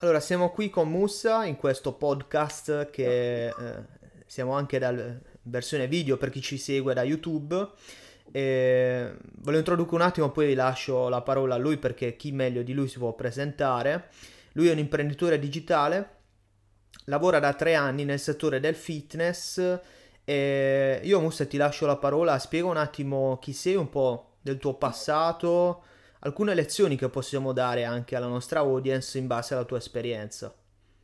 Allora, siamo qui con Mussa in questo podcast che siamo anche dalla versione video per chi ci segue da YouTube. Ve lo introduco un attimo, poi lascio la parola a lui perché chi meglio di lui si può presentare. Lui è un imprenditore digitale, lavora da 3 anni nel settore del fitness e io Mussa ti lascio la parola, spiega un attimo chi sei, un po' del tuo passato, alcune lezioni che possiamo dare anche alla nostra audience in base alla tua esperienza.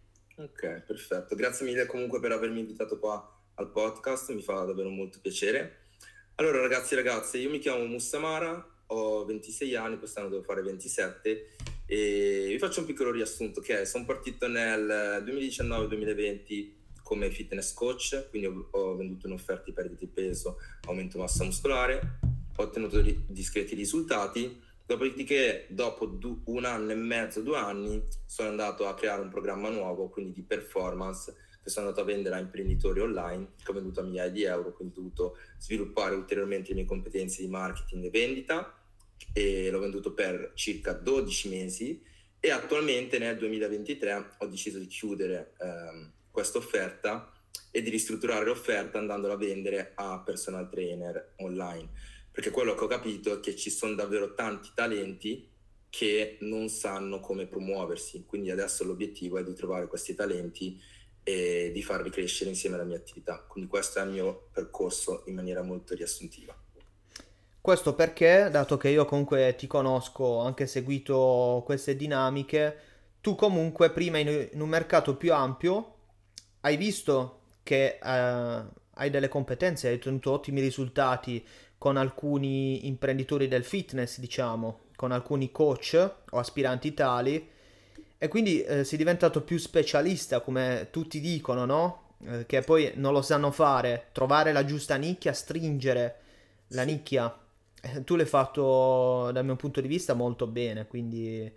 Ok, perfetto. Grazie mille comunque per avermi invitato qua al podcast, mi fa davvero molto piacere. Allora ragazzi e ragazze, io mi chiamo Mussamara, ho 26 anni, quest'anno devo fare 27 e vi faccio un piccolo riassunto che sono partito nel 2019-2020 come fitness coach, quindi ho venduto un'offerta di perdita di peso, aumento massa muscolare, ho ottenuto discreti risultati. Dopodiché, dopo un anno e mezzo, 2 anni, sono andato a creare un programma nuovo, quindi di performance, che sono andato a vendere a imprenditori online, che ho venduto a migliaia di euro, quindi ho dovuto sviluppare ulteriormente le mie competenze di marketing e vendita e l'ho venduto per circa 12 mesi e attualmente nel 2023 ho deciso di chiudere questa offerta e di ristrutturare l'offerta andandola a vendere a personal trainer online, perché quello che ho capito è che ci sono davvero tanti talenti che non sanno come promuoversi, quindi adesso l'obiettivo è di trovare questi talenti e di farli crescere insieme alla mia attività. Quindi questo è il mio percorso in maniera molto riassuntiva. Questo perché, dato che io comunque ti conosco, ho anche seguito queste dinamiche, tu comunque prima in un mercato più ampio hai visto che hai delle competenze, hai ottenuto ottimi risultati con alcuni imprenditori del fitness, diciamo, con alcuni coach o aspiranti tali, e quindi sei diventato più specialista, come tutti dicono, no? Che poi non lo sanno fare, trovare la giusta nicchia, stringere la Sì. nicchia. Tu l'hai fatto dal mio punto di vista molto bene, quindi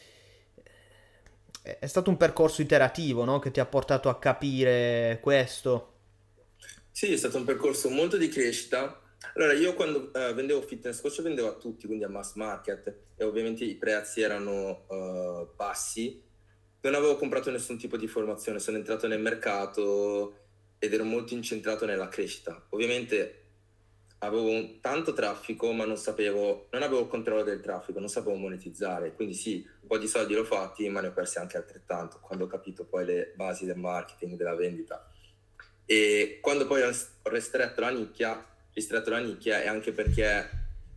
è stato un percorso iterativo, no? Che ti ha portato a capire questo. Sì, è stato un percorso molto di crescita. Allora, io quando vendevo fitness coach vendevo a tutti, quindi a mass market, e ovviamente i prezzi erano bassi. Non avevo comprato nessun tipo di formazione, sono entrato nel mercato ed ero molto incentrato nella crescita. Ovviamente avevo tanto traffico, ma non avevo il controllo del traffico, non sapevo monetizzare. Quindi sì, un po' di soldi l'ho fatti, ma ne ho persi anche altrettanto, quando ho capito poi le basi del marketing, della vendita. E quando poi ho ristretto la nicchia è anche perché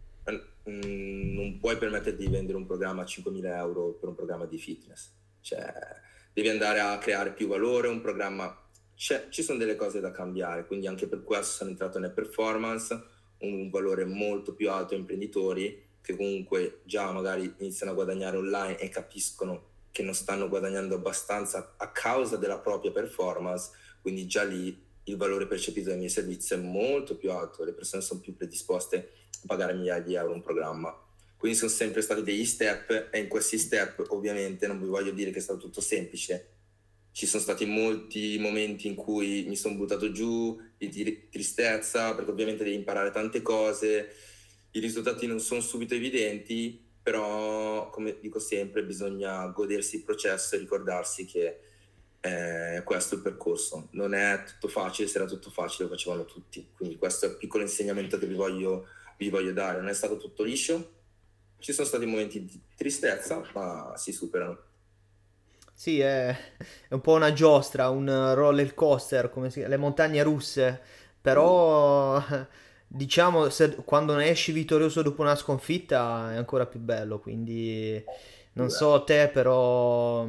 non puoi permetterti di vendere un programma a 5.000 euro per un programma di fitness. Cioè, devi andare a creare più valore, un programma. Ci sono delle cose da cambiare, quindi anche per questo sono entrato nel performance, un valore molto più alto ai imprenditori che comunque già magari iniziano a guadagnare online e capiscono che non stanno guadagnando abbastanza a causa della propria performance, quindi già lì il valore percepito dai miei servizi è molto più alto, le persone sono più predisposte a pagare migliaia di euro un programma. Quindi sono sempre stati degli step e in questi step ovviamente non vi voglio dire che è stato tutto semplice. Ci sono stati molti momenti in cui mi sono buttato giù di tristezza, perché ovviamente devi imparare tante cose, i risultati non sono subito evidenti, però come dico sempre bisogna godersi il processo e ricordarsi che questo è il percorso. Non è tutto facile, se era tutto facile lo facevano tutti. Quindi questo è il piccolo insegnamento che vi voglio dare. Non è stato tutto liscio, ci sono stati momenti di tristezza, ma si superano. Sì, è un po' una giostra, un roller coaster, le montagne russe, però diciamo quando ne esci vittorioso dopo una sconfitta è ancora più bello, quindi non so te, però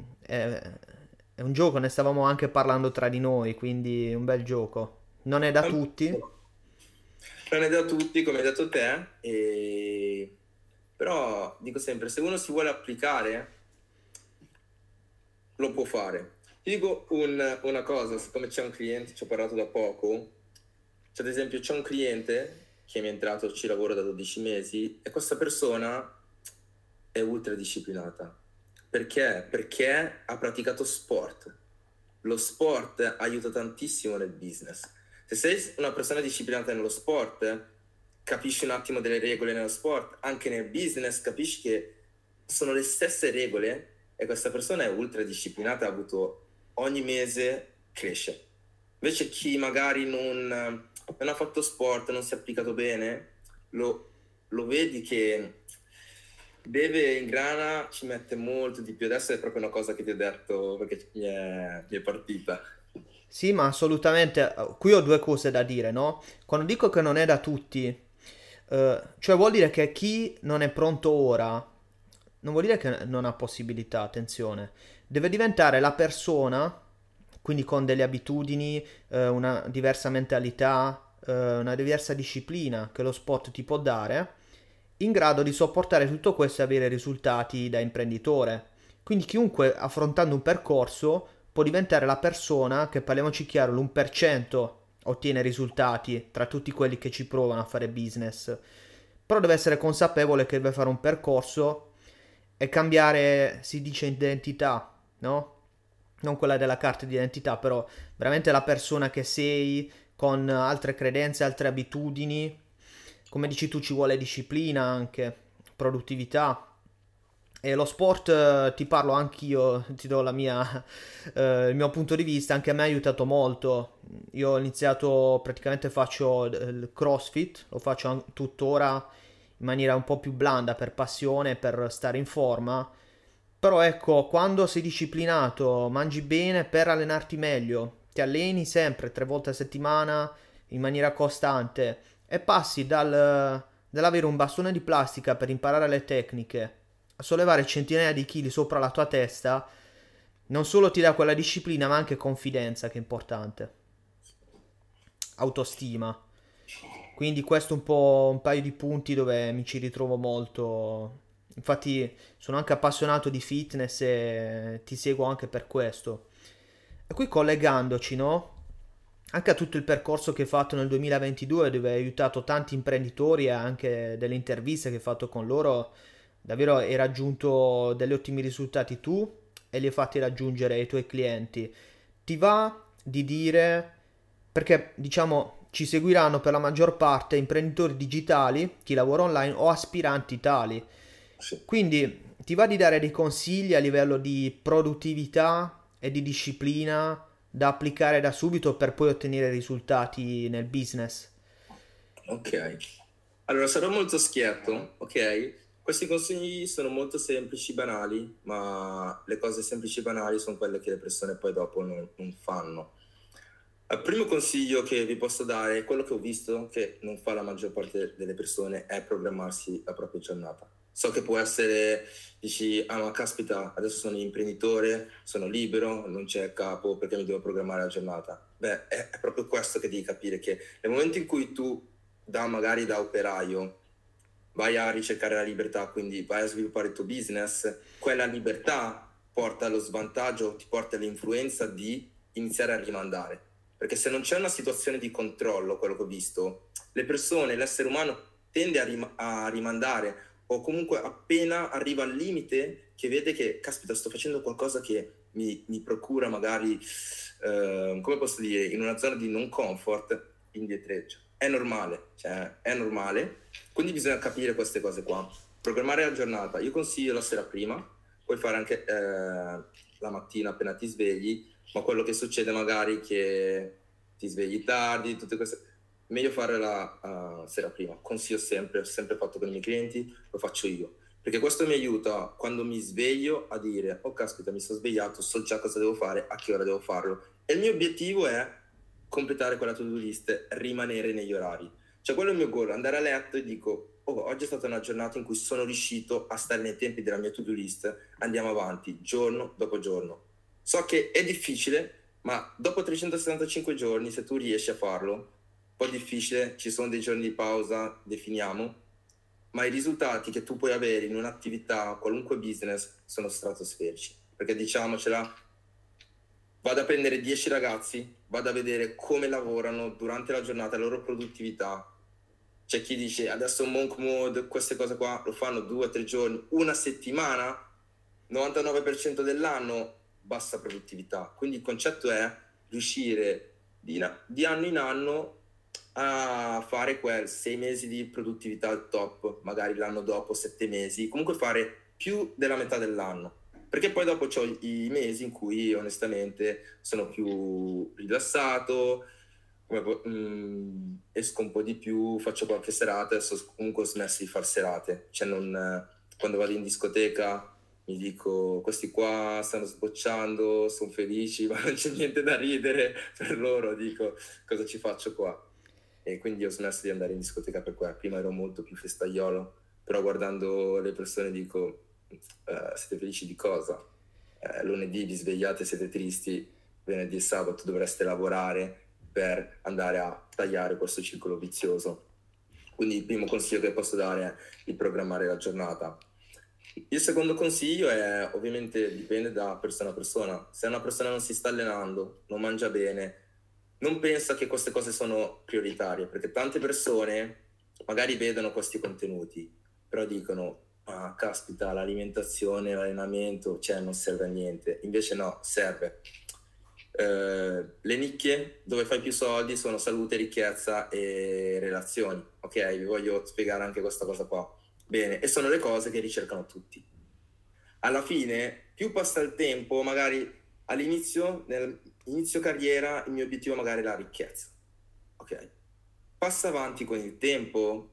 è un gioco, ne stavamo anche parlando tra di noi, quindi è un bel gioco. Non è da tutti. Non è da tutti, come hai detto te, però dico sempre, se uno si vuole applicare, lo può fare. Ti dico una cosa, siccome c'è un cliente, ci ho parlato da poco, cioè ad esempio c'è un cliente che mi è entrato, ci lavoro da 12 mesi, e questa persona è ultra disciplinata. Perché? Perché ha praticato sport. Lo sport aiuta tantissimo nel business. Se sei una persona disciplinata nello sport, capisci un attimo delle regole nello sport, anche nel business capisci che sono le stesse regole e questa persona è ultra disciplinata, ha avuto ogni mese cresce. Invece chi magari non ha fatto sport, non si è applicato bene, lo vedi che beve in grana, ci mette molto di più. Adesso è proprio una cosa che ti ho detto perché mi è partita. Sì, ma assolutamente. Qui ho due cose da dire, no? Quando dico che non è da tutti, cioè vuol dire che chi non è pronto ora, non vuol dire che non ha possibilità, attenzione. Deve diventare la persona, quindi con delle abitudini, una diversa mentalità, una diversa disciplina che lo sport ti può dare, in grado di sopportare tutto questo e avere risultati da imprenditore. Quindi chiunque affrontando un percorso può diventare la persona che, parliamoci chiaro, l'1% ottiene risultati tra tutti quelli che ci provano a fare business. Però deve essere consapevole che deve fare un percorso e cambiare, si dice, identità, no? Non quella della carta di identità, però veramente la persona che sei con altre credenze, altre abitudini. Come dici tu, ci vuole disciplina anche, produttività. E lo sport, ti parlo anch'io, ti do il mio punto di vista, anche a me ha aiutato molto. Io ho iniziato, praticamente faccio il CrossFit, lo faccio tuttora in maniera un po' più blanda per passione, per stare in forma. Però ecco, quando sei disciplinato, mangi bene per allenarti meglio, ti alleni sempre 3 volte a settimana in maniera costante e passi dall'avere un bastone di plastica per imparare le tecniche a sollevare centinaia di chili sopra la tua testa, non solo ti dà quella disciplina, ma anche confidenza, che è importante. Autostima. Quindi questo è un po' un paio di punti dove mi ci ritrovo molto. Infatti sono anche appassionato di fitness e ti seguo anche per questo. E qui collegandoci, no? Anche a tutto il percorso che hai fatto nel 2022, dove hai aiutato tanti imprenditori e anche delle interviste che hai fatto con loro, davvero hai raggiunto degli ottimi risultati tu e li hai fatti raggiungere ai tuoi clienti. Ti va di dire, perché diciamo ci seguiranno per la maggior parte imprenditori digitali, chi lavora online o aspiranti tali. Sì. Quindi ti va di dare dei consigli a livello di produttività e di disciplina da applicare da subito per poi ottenere risultati nel business. Ok, allora sarò molto schietto, ok? Questi consigli sono molto semplici, banali, ma le cose semplici e banali sono quelle che le persone poi dopo non fanno. Il primo consiglio che vi posso dare, è quello che ho visto che non fa la maggior parte delle persone, è programmarsi la propria giornata. So che può essere, dici, ah ma caspita, adesso sono imprenditore, sono libero, non c'è capo, perché mi devo programmare la giornata? Beh, è proprio questo che devi capire, che nel momento in cui tu, magari da operaio, vai a ricercare la libertà, quindi vai a sviluppare il tuo business, quella libertà porta allo svantaggio, ti porta all'influenza di iniziare a rimandare. Perché se non c'è una situazione di controllo, quello che ho visto, le persone, l'essere umano tende a rimandare, o comunque appena arriva al limite che vede che, caspita, sto facendo qualcosa che mi procura magari, come posso dire, in una zona di non comfort, indietreggia. È normale, cioè è normale. Quindi bisogna capire queste cose qua. Programmare la giornata. Io consiglio la sera prima, puoi fare anche la mattina appena ti svegli, ma quello che succede magari che ti svegli tardi, tutte queste... Meglio fare la sera prima. Consiglio sempre, ho sempre fatto con i miei clienti, lo faccio io. Perché questo mi aiuta quando mi sveglio a dire, oh caspita, mi sono svegliato, so già cosa devo fare, a che ora devo farlo. E il mio obiettivo è completare quella to-do list, rimanere negli orari. Cioè quello è il mio goal, andare a letto e dico, oh, oggi è stata una giornata in cui sono riuscito a stare nei tempi della mia to-do list, andiamo avanti, giorno dopo giorno. So che è difficile, ma dopo 365 giorni, se tu riesci a farlo, un po' difficile, ci sono dei giorni di pausa, definiamo, ma i risultati che tu puoi avere in un'attività, qualunque business, sono stratosferici. Perché diciamocela, vado a prendere 10 ragazzi, vado a vedere come lavorano durante la giornata, la loro produttività. C'è chi dice adesso monk mode, queste cose qua lo fanno 2 o 3 giorni, una settimana, 99% dell'anno, bassa produttività. Quindi il concetto è riuscire di anno in anno a fare quel 6 mesi di produttività al top, magari l'anno dopo 7 mesi, comunque fare più della metà dell'anno. Perché poi dopo ho i mesi in cui onestamente sono più rilassato, esco un po' di più, faccio qualche serata. Adesso comunque ho smesso di fare serate, cioè quando vado in discoteca mi dico questi qua stanno sbocciando, sono felici ma non c'è niente da ridere per loro, dico cosa ci faccio qua? E quindi ho smesso di andare in discoteca per quello. Prima ero molto più festaiolo, però guardando le persone dico siete felici di cosa? Lunedì vi svegliate, siete tristi, venerdì e sabato dovreste lavorare per andare a tagliare questo circolo vizioso. Quindi il primo consiglio che posso dare è di programmare la giornata. Il secondo consiglio è, ovviamente dipende da persona a persona. Se una persona non si sta allenando, non mangia bene, non pensa che queste cose sono prioritarie, perché tante persone magari vedono questi contenuti, però dicono, ah, caspita, l'alimentazione, l'allenamento, cioè non serve a niente. Invece no, serve. Le nicchie dove fai più soldi sono salute, ricchezza e relazioni. Ok, vi voglio spiegare anche questa cosa qua. Bene, e sono le cose che ricercano tutti. Alla fine, più passa il tempo, magari all'inizio, nell'inizio carriera, il mio obiettivo magari è la ricchezza. Ok, passa avanti con il tempo,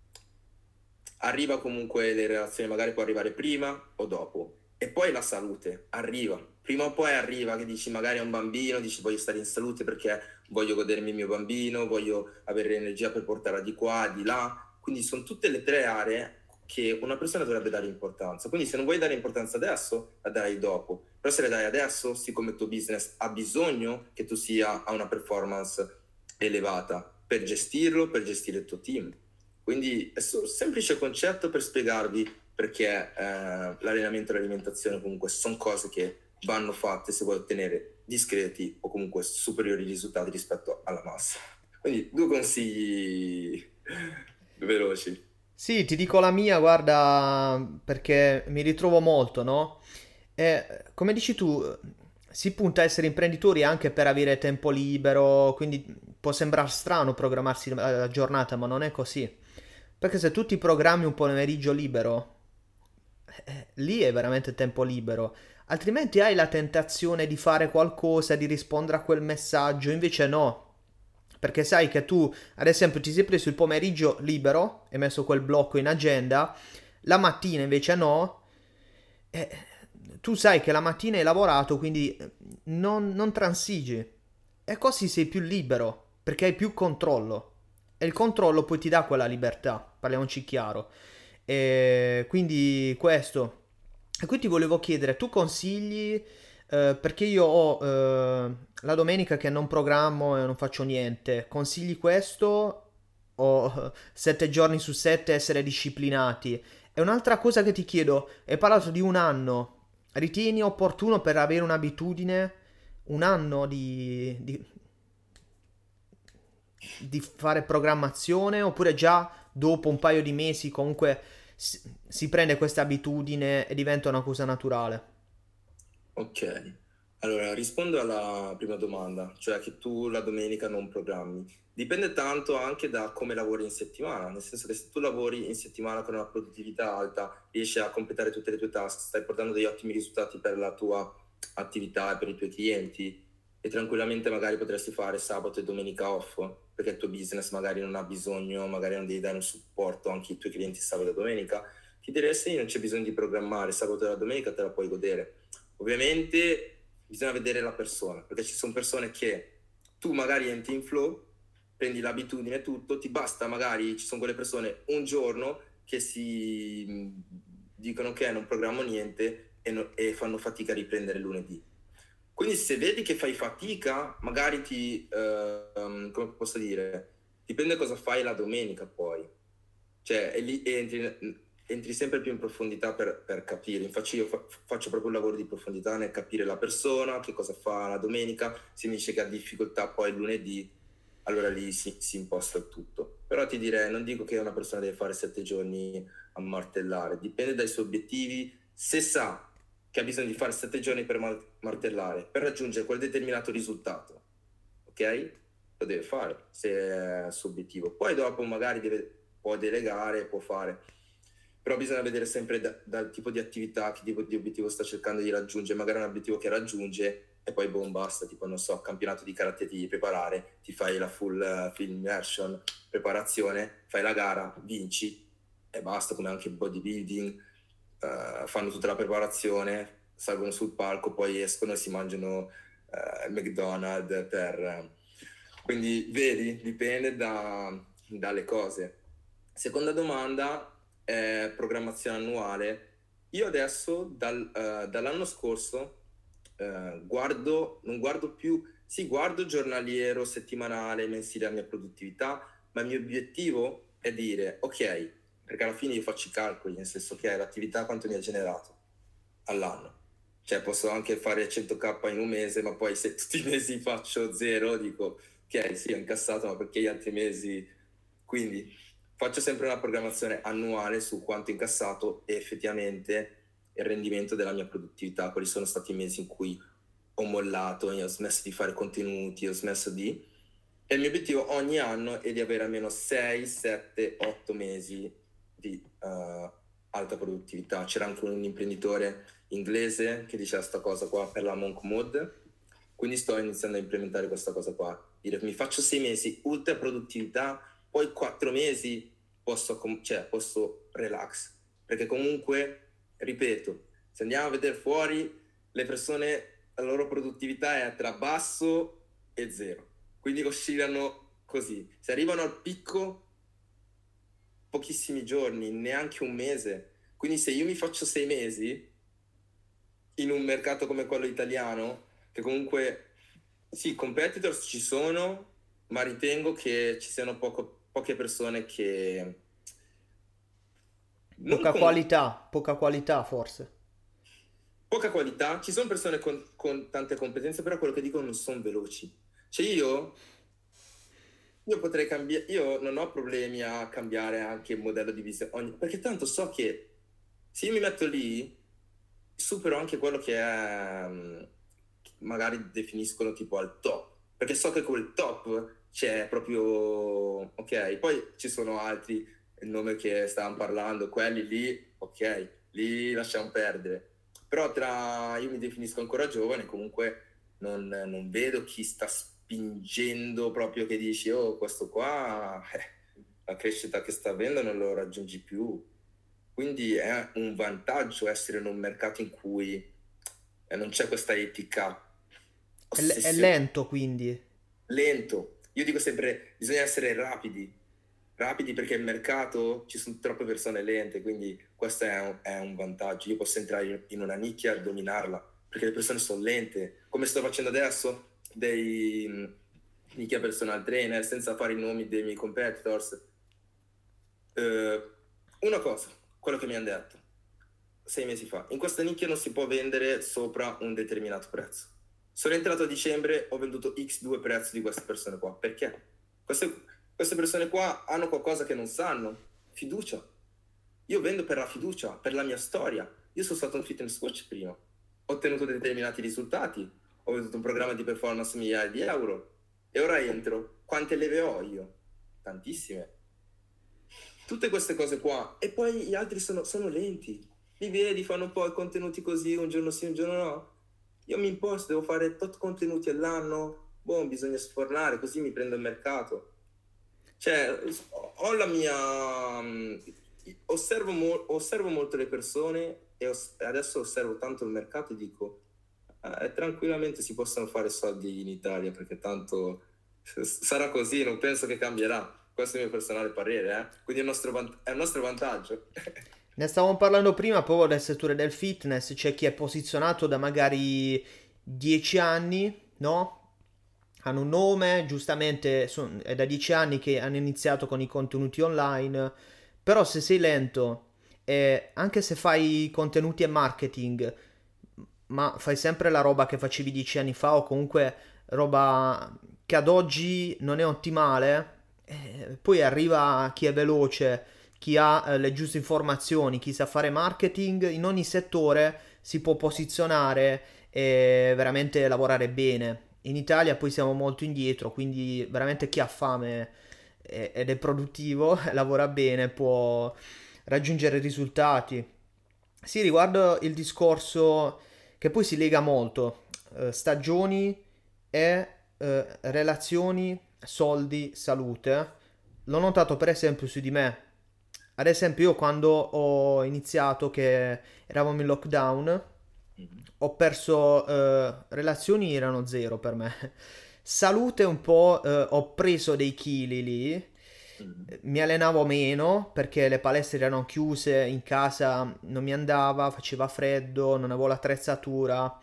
arriva comunque le relazioni, magari può arrivare prima o dopo. E poi la salute arriva. Prima o poi arriva che dici magari a un bambino, dici voglio stare in salute perché voglio godermi il mio bambino, voglio avere l'energia per portarla di qua, di là. Quindi sono tutte le tre aree che una persona dovrebbe dare importanza. Quindi se non vuoi dare importanza adesso, la darai dopo. Però se la dai adesso, siccome il tuo business ha bisogno che tu sia a una performance elevata per gestirlo, per gestire il tuo team. Quindi è un semplice concetto per spiegarvi perché l'allenamento e l'alimentazione comunque sono cose che vanno fatte se vuoi ottenere discreti o comunque superiori risultati rispetto alla massa. Quindi 2 consigli veloci. Sì, ti dico la mia, guarda, perché mi ritrovo molto, no? Come dici tu, si punta a essere imprenditori anche per avere tempo libero, quindi può sembrare strano programmarsi la giornata, ma non è così. Perché se tu ti programmi un pomeriggio libero, lì è veramente tempo libero. Altrimenti hai la tentazione di fare qualcosa, di rispondere a quel messaggio, invece no. Perché sai che tu, ad esempio, ti sei preso il pomeriggio libero, hai messo quel blocco in agenda, la mattina invece no, e tu sai che la mattina hai lavorato, quindi non transigi. E così sei più libero, perché hai più controllo. E il controllo poi ti dà quella libertà, parliamoci chiaro. E quindi questo. E qui ti volevo chiedere, tu consigli, perché io ho la domenica che non programmo e non faccio niente, consigli questo o 7 giorni su 7 essere disciplinati? E un'altra cosa che ti chiedo, hai parlato di un anno, ritieni opportuno per avere un'abitudine, un anno di fare programmazione oppure già dopo un paio di mesi comunque si prende questa abitudine e diventa una cosa naturale? Ok, allora rispondo alla prima domanda, cioè che tu la domenica non programmi. Dipende tanto anche da come lavori in settimana, nel senso che se tu lavori in settimana con una produttività alta, riesci a completare tutte le tue task, stai portando degli ottimi risultati per la tua attività e per i tuoi clienti e tranquillamente magari potresti fare sabato e domenica off, perché il tuo business magari non ha bisogno, magari non devi dare un supporto anche ai tuoi clienti sabato e domenica, ti diresti non c'è bisogno di programmare, sabato e la domenica te la puoi godere. Ovviamente bisogna vedere la persona, perché ci sono persone che tu magari entri in flow, prendi l'abitudine e tutto, ti basta magari, ci sono quelle persone un giorno che dicono che non programmo niente e fanno fatica a riprendere lunedì. Quindi se vedi che fai fatica, magari come posso dire, dipende cosa fai la domenica poi. Cioè, e lì entri sempre più in profondità per capire. Infatti io faccio proprio un lavoro di profondità nel capire la persona, che cosa fa la domenica, se mi dice che ha difficoltà poi il lunedì, allora lì si imposta il tutto. Però ti direi, non dico che una persona deve fare 7 giorni a martellare, dipende dai suoi obiettivi. Se sa che ha bisogno di fare 7 giorni per martellare, per raggiungere quel determinato risultato, ok? Lo deve fare, se è il suo obiettivo. Poi dopo magari può delegare, può fare. però bisogna vedere sempre dal tipo di attività, che tipo di obiettivo sta cercando di raggiungere, magari un obiettivo che raggiunge e poi boom, basta, tipo non so, campionato di karate ti devi preparare, ti fai la full film immersion, preparazione, fai la gara, vinci e basta, come anche bodybuilding, fanno tutta la preparazione, salgono sul palco, poi escono e si mangiano McDonald's quindi vedi, dipende dalle cose. Seconda domanda è programmazione annuale. Io adesso dall'anno scorso non guardo più, sì, guardo giornaliero, settimanale, mensile la mia produttività, ma il mio obiettivo è dire, ok, perché alla fine io faccio i calcoli, nel senso che l'attività quanto mi ha generato all'anno. Cioè posso anche fare 100k in un mese, ma poi se tutti i mesi faccio zero, dico, ok, sì, ho incassato, ma perché gli altri mesi... Quindi faccio sempre una programmazione annuale su quanto incassato e effettivamente il rendimento della mia produttività, quali sono stati i mesi in cui ho mollato, ho smesso di fare contenuti, ho smesso di... E il mio obiettivo ogni anno è di avere almeno 6, 7, 8 mesi di alta produttività. C'era anche un imprenditore inglese che diceva questa cosa qua per la Monk Mode, quindi sto iniziando a implementare questa cosa qua. Dire, mi faccio 6 mesi ultra produttività, poi 4 mesi posso relax, perché comunque, ripeto, se andiamo a vedere fuori, le persone, la loro produttività è tra basso e zero, quindi oscillano così. Se arrivano al picco, pochissimi giorni, neanche un mese. Quindi se io mi faccio 6 mesi in un mercato come quello italiano, che comunque, sì, competitors ci sono, ma ritengo che ci siano poche persone che... Non Poca qualità forse. poca qualità, ci sono persone con tante competenze, però quello che dicono non sono veloci. Cioè io potrei cambiare, io non ho problemi a cambiare anche il modello di visione, perché tanto so che se io mi metto lì, supero anche quello che è, magari definiscono tipo al top, perché so che quel top c'è proprio, ok, poi ci sono altri, il nome che stavamo parlando, quelli lì, ok, lì lasciamo perdere. Però io mi definisco ancora giovane, comunque non vedo chi sta spingendo proprio che dici, oh, questo qua, la crescita che sta avendo non lo raggiungi più. Quindi è un vantaggio essere in un mercato in cui non c'è questa etica È ossessione. lento quindi. Lento. Io dico sempre, bisogna essere rapidi perché il mercato ci sono troppe persone lente, quindi questo è un vantaggio. Io posso entrare in una nicchia e dominarla perché le persone sono lente, come sto facendo adesso, dei nicchia personal trainer, senza fare i nomi dei miei competitors. Una cosa, quello che mi hanno detto 6 mesi fa, in questa nicchia non si può vendere sopra un determinato prezzo. Sono entrato a dicembre, ho venduto X2 prezzo di queste persone qua. Perché? Queste persone qua hanno qualcosa che non sanno. Fiducia. Io vendo per la fiducia, per la mia storia. Io sono stato un fitness coach prima. Ho ottenuto determinati risultati. Ho venduto un programma di performance a migliaia di euro. E ora entro. Quante leve ho io? Tantissime. Tutte queste cose qua. E poi gli altri sono lenti. Li vedi, fanno un po' i contenuti così, un giorno sì, un giorno no. Io mi imposto, devo fare tot contenuti all'anno, boh, bisogna sfornare, così mi prendo il mercato. Cioè, ho la mia... osservo molto le persone e adesso osservo tanto il mercato e dico, tranquillamente si possono fare soldi in Italia, perché tanto sarà così, non penso che cambierà. Questo è il mio personale parere, quindi è il nostro vantaggio. Ne stavamo parlando prima, proprio del settore del fitness, c'è chi è posizionato da magari 10 anni, no? Hanno un nome, giustamente è da 10 anni che hanno iniziato con i contenuti online, però se sei lento e anche se fai contenuti e marketing, ma fai sempre la roba che facevi 10 anni fa o comunque roba che ad oggi non è ottimale, poi arriva chi è veloce, chi ha le giuste informazioni, chi sa fare marketing, in ogni settore si può posizionare e veramente lavorare bene. In Italia poi siamo molto indietro, quindi veramente chi ha fame ed è produttivo, lavora bene, raggiungere risultati. Sì, riguardo il discorso che poi si lega molto, stagioni e relazioni, soldi, salute. L'ho notato per esempio su di me. Ad esempio io quando ho iniziato che eravamo in lockdown, Mhm. ho perso relazioni erano zero per me. Salute un po', ho preso dei chili lì, Mhm. mi allenavo meno perché le palestre erano chiuse, in casa non mi andava, faceva freddo, non avevo l'attrezzatura,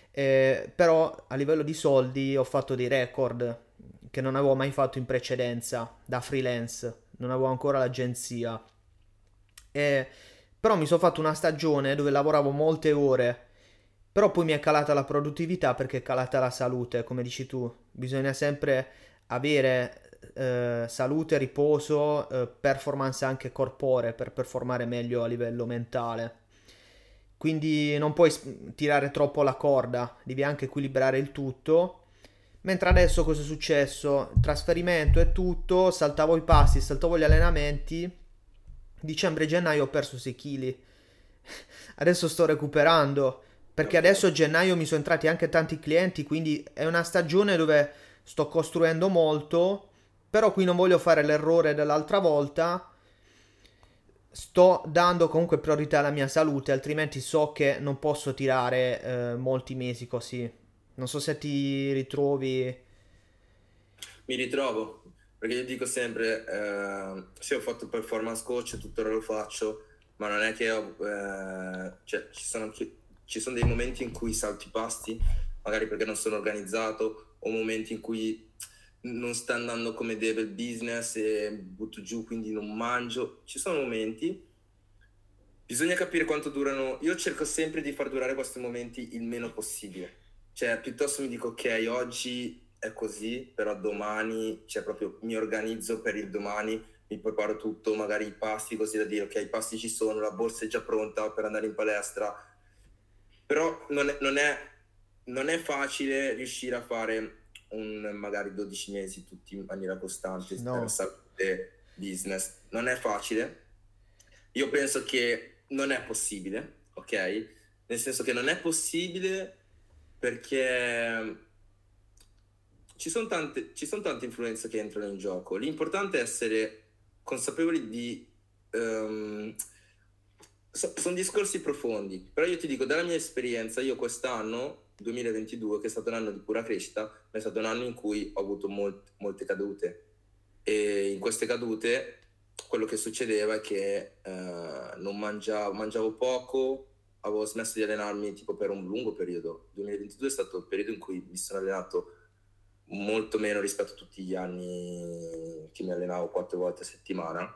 però a livello di soldi ho fatto dei record che non avevo mai fatto in precedenza da freelance, non avevo ancora l'agenzia. E- Però mi sono fatto una stagione dove lavoravo molte ore, però poi mi è calata la produttività perché è calata la salute, come dici tu. Bisogna sempre avere salute, riposo, performance anche corporee per performare meglio a livello mentale. Quindi non puoi tirare troppo la corda, devi anche equilibrare il tutto. Mentre adesso cosa è successo? Trasferimento e tutto, saltavo i passi, saltavo gli allenamenti. Dicembre e gennaio ho perso 6 kg. Adesso sto recuperando perché Ok. adesso a gennaio mi sono entrati anche tanti clienti, quindi è una stagione dove sto costruendo molto, però qui non voglio fare l'errore dell'altra volta. Sto dando comunque priorità alla mia salute, altrimenti so che non posso tirare molti mesi così. Non so se ti ritrovi. Mi ritrovo, perché io dico sempre, sì, ho fatto performance coach, tuttora lo faccio, ma non è che cioè, ci sono dei momenti in cui salto i pasti, magari perché non sono organizzato, o momenti in cui non sta andando come deve il business e butto giù, quindi non mangio. Ci sono momenti, bisogna capire quanto durano. Io cerco sempre di far durare questi momenti il meno possibile. Cioè, piuttosto mi dico, ok, oggi è così, però domani, cioè proprio mi organizzo per il domani, mi preparo tutto, magari i pasti, così da dire, ok, i pasti ci sono, la borsa è già pronta per andare in palestra. Però non è facile riuscire a fare magari 12 mesi tutti in maniera costante per No. salute, business. Non è facile. Io penso che non è possibile, ok? Nel senso che non è possibile perché ci son tante influenze che entrano in gioco. L'importante è essere consapevoli di... sono discorsi profondi, però io ti dico, dalla mia esperienza, io quest'anno, 2022, che è stato un anno di pura crescita, è stato un anno in cui ho avuto molte cadute. E in queste cadute quello che succedeva è che non mangiavo poco, avevo smesso di allenarmi tipo per un lungo periodo. Il 2022 è stato il periodo in cui mi sono allenato molto meno rispetto a tutti gli anni che mi allenavo 4 volte a settimana.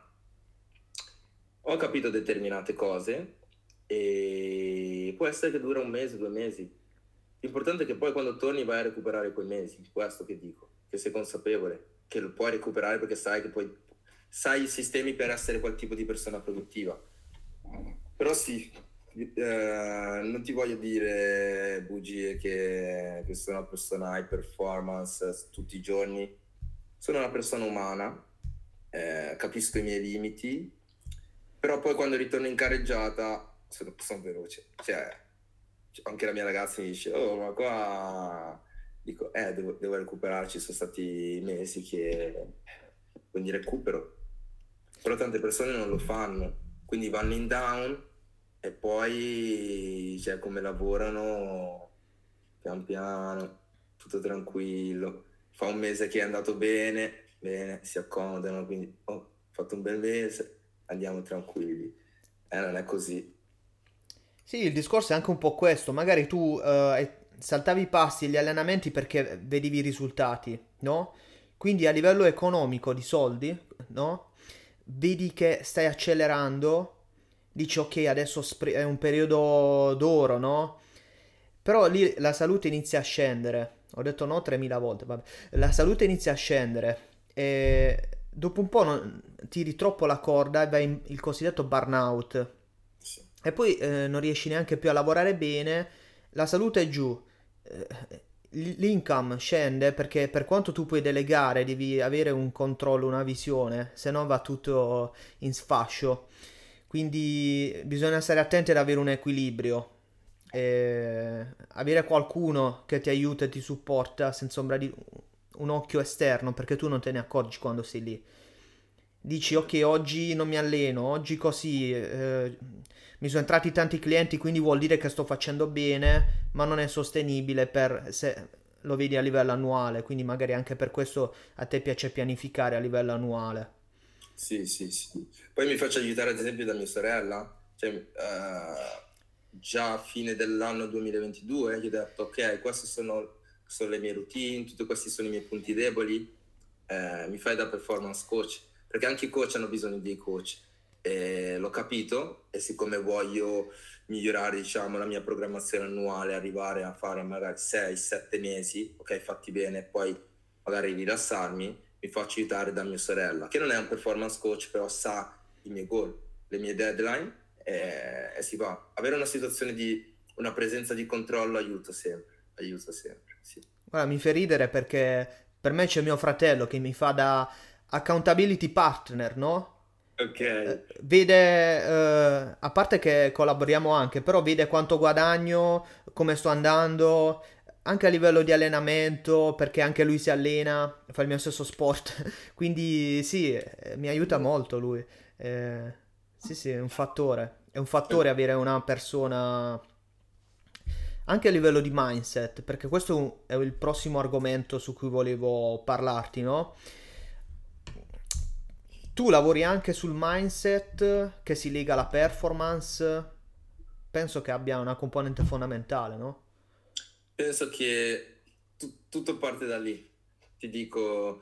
Ho capito determinate cose e può essere che dura un mese, 2 mesi. L'importante è che poi quando torni vai a recuperare quei mesi, questo che dico, che sei consapevole, che lo puoi recuperare perché sai che poi sai i sistemi per essere quel tipo di persona produttiva. Però sì, non ti voglio dire bugie che sono una persona high performance tutti i giorni. Sono una persona umana, capisco i miei limiti, però poi quando ritorno in carreggiata sono veloce. Cioè, anche la mia ragazza mi dice, oh, ma qua... Dico, devo recuperare, ci sono stati mesi che... Quindi recupero. Però tante persone non lo fanno, quindi vanno in down e poi, cioè, come lavorano pian piano, tutto tranquillo. Fa un mese che è andato bene, bene, si accomodano, quindi, oh, ho fatto un bel mese, andiamo tranquilli. Non è così. Sì, il discorso è anche un po' questo. Magari tu saltavi i passi e gli allenamenti perché vedevi i risultati, no? Quindi a livello economico di soldi, no? Vedi che stai accelerando, dici ok, adesso è un periodo d'oro, no? Però lì la salute inizia a scendere. Ho detto no 3000 volte, vabbè. La salute inizia a scendere e dopo un po' tiri troppo la corda e vai in il cosiddetto burnout. Sì. E poi non riesci neanche più a lavorare bene, la salute è giù, eh, l'income scende perché per quanto tu puoi delegare devi avere un controllo, una visione, se no va tutto in sfascio. quindi bisogna stare attenti ad avere un equilibrio. Avere qualcuno che ti aiuta e ti supporta senza ombra di un occhio esterno, perché tu non te ne accorgi quando sei lì. Dici, ok, oggi non mi alleno, oggi così, mi sono entrati tanti clienti, quindi vuol dire che sto facendo bene, ma non è sostenibile per se lo vedi a livello annuale, quindi magari anche per questo a te piace pianificare a livello annuale. Sì, sì, sì. Poi mi faccio aiutare ad esempio da mia sorella, cioè già a fine dell'anno 2022 gli ho detto ok, sono le mie routine, tutti questi sono i miei punti deboli, mi fai da performance coach, perché anche i coach hanno bisogno dei coach. E l'ho capito e siccome voglio migliorare diciamo la mia programmazione annuale, arrivare a fare magari 6-7 mesi, ok, fatti bene, poi magari rilassarmi, mi faccio aiutare da mia sorella, che non è un performance coach, però sa i miei goal, le mie deadline e si va. Avere una situazione di una presenza di controllo aiuta sempre, sì. Guarda, mi fa ridere perché per me c'è mio fratello che mi fa da accountability partner, no? Ok, Vede, a parte che collaboriamo anche, però vede quanto guadagno, come sto andando, anche a livello di allenamento, perché anche lui si allena, fa il mio stesso sport, quindi sì, mi aiuta molto lui. Sì, sì, è un fattore avere una persona anche a livello di mindset, perché questo è il prossimo argomento su cui volevo parlarti, no? Tu lavori anche sul mindset che si lega alla performance, penso che abbia una componente fondamentale, no? penso che tutto parte da lì. Ti dico,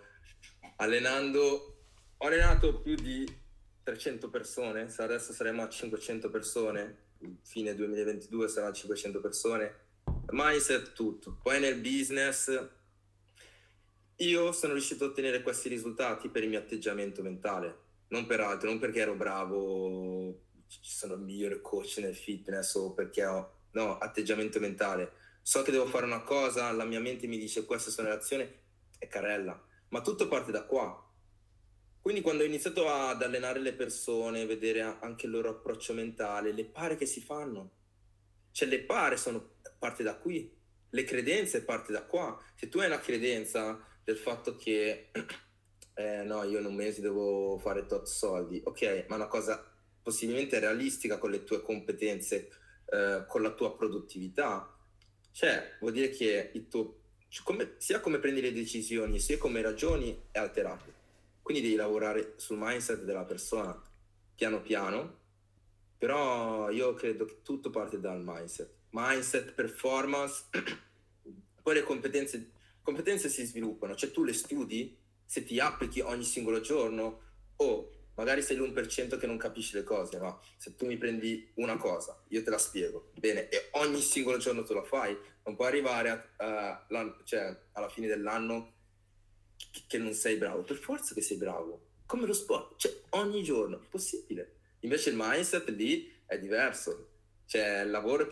ho allenato più di 300 persone, adesso saremo a 500 persone, fine 2022 saranno 500 persone, mindset tutto. Poi nel business io sono riuscito a ottenere questi risultati per il mio atteggiamento mentale, non per altro, non perché ero bravo, ci sono il migliore coach nel fitness o perché ho, no, atteggiamento mentale. So che devo fare una cosa, la mia mente mi dice queste sono le azioni e carella, ma tutto parte da qua. Quindi quando ho iniziato ad allenare le persone, vedere anche il loro approccio mentale, le pare che si fanno, cioè le pare sono parte da qui, le credenze parte da qua. Se tu hai una credenza del fatto che no, io in un mese devo fare tot soldi, ok, ma una cosa possibilmente realistica con le tue competenze, con la tua produttività, cioè vuol dire che sia come prendi le decisioni, sia come ragioni è alterato. Quindi devi lavorare sul mindset della persona piano piano, però io credo che tutto parte dal mindset, performance, poi le competenze si sviluppano, cioè tu le studi, se ti applichi ogni singolo giorno, o magari sei l'1% che non capisci le cose, ma se tu mi prendi una cosa, io te la spiego, bene, e ogni singolo giorno tu la fai, non puoi arrivare cioè, alla fine dell'anno che non sei bravo, per forza che sei bravo, come lo sport, cioè ogni giorno, è possibile. Invece il mindset lì è diverso, cioè il lavoro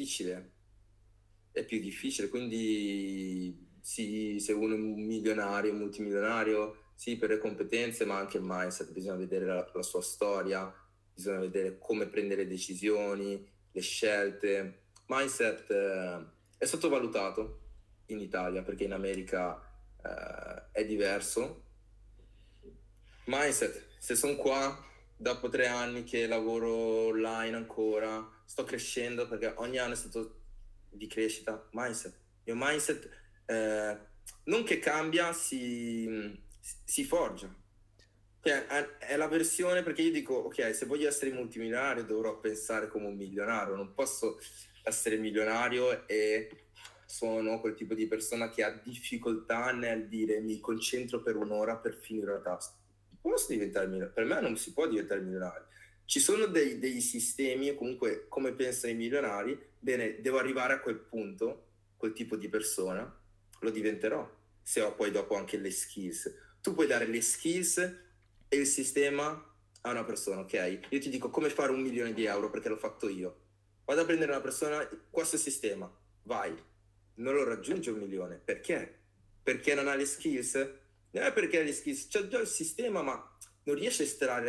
è più difficile, quindi sì, se uno è un milionario, un multimilionario, sì, per le competenze, ma anche il mindset, bisogna vedere la sua storia, bisogna vedere come prendere decisioni, le scelte. Mindset è sottovalutato in Italia perché in America è diverso. Mindset, se sono qua dopo 3 anni che lavoro online ancora, sto crescendo perché ogni anno è stato di crescita. Mindset, il mio mindset non che cambia, si forgia. Cioè, è la versione perché io dico, ok, se voglio essere multimilionario dovrò pensare come un milionario, non posso essere milionario e sono quel tipo di persona che ha difficoltà nel dire mi concentro per un'ora per finire la task. Posso diventare milionario? Per me non si può diventare milionario. Ci sono dei sistemi, o comunque come pensano i milionari, bene, devo arrivare a quel punto, quel tipo di persona, lo diventerò, se ho poi dopo anche le skills. Tu puoi dare le skills e il sistema a una persona, ok? Io ti dico come fare 1 milione di euro perché l'ho fatto io. Vado a prendere una persona, questo è il sistema, vai. Non lo raggiunge 1 milione. Perché? Perché non ha le skills? Non è perché ha le skills, c'è già il sistema, ma non riesce a estrarre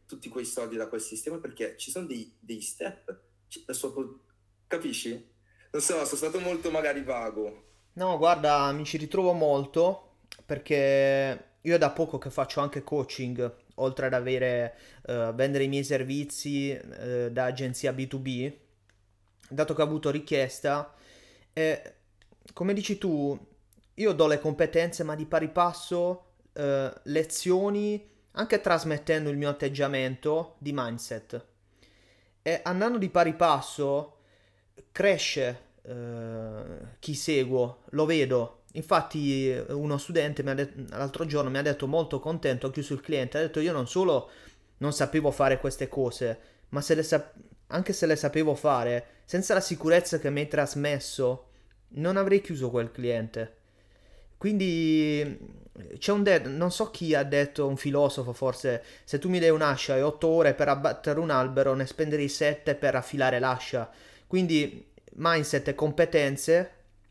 tutti quei soldi da quel sistema perché ci sono dei step. Capisci? Non so, sono stato molto magari vago. No, guarda, mi ci ritrovo molto perché io è da poco che faccio anche coaching, oltre ad vendere i miei servizi da agenzia B2B, dato che ho avuto richiesta. E come dici tu, io do le competenze, ma di pari passo lezioni, anche trasmettendo il mio atteggiamento di mindset. E andando di pari passo cresce chi seguo, lo vedo. Infatti uno studente l'altro giorno mi ha detto molto contento, ho chiuso il cliente, ha detto io non solo non sapevo fare queste cose, ma anche se le sapevo fare, senza la sicurezza che mi hai trasmesso, non avrei chiuso quel cliente. Quindi non so chi ha detto, un filosofo forse, se tu mi dai un'ascia e 8 ore per abbattere un albero, ne spenderei 7 per affilare l'ascia. Quindi mindset e competenze,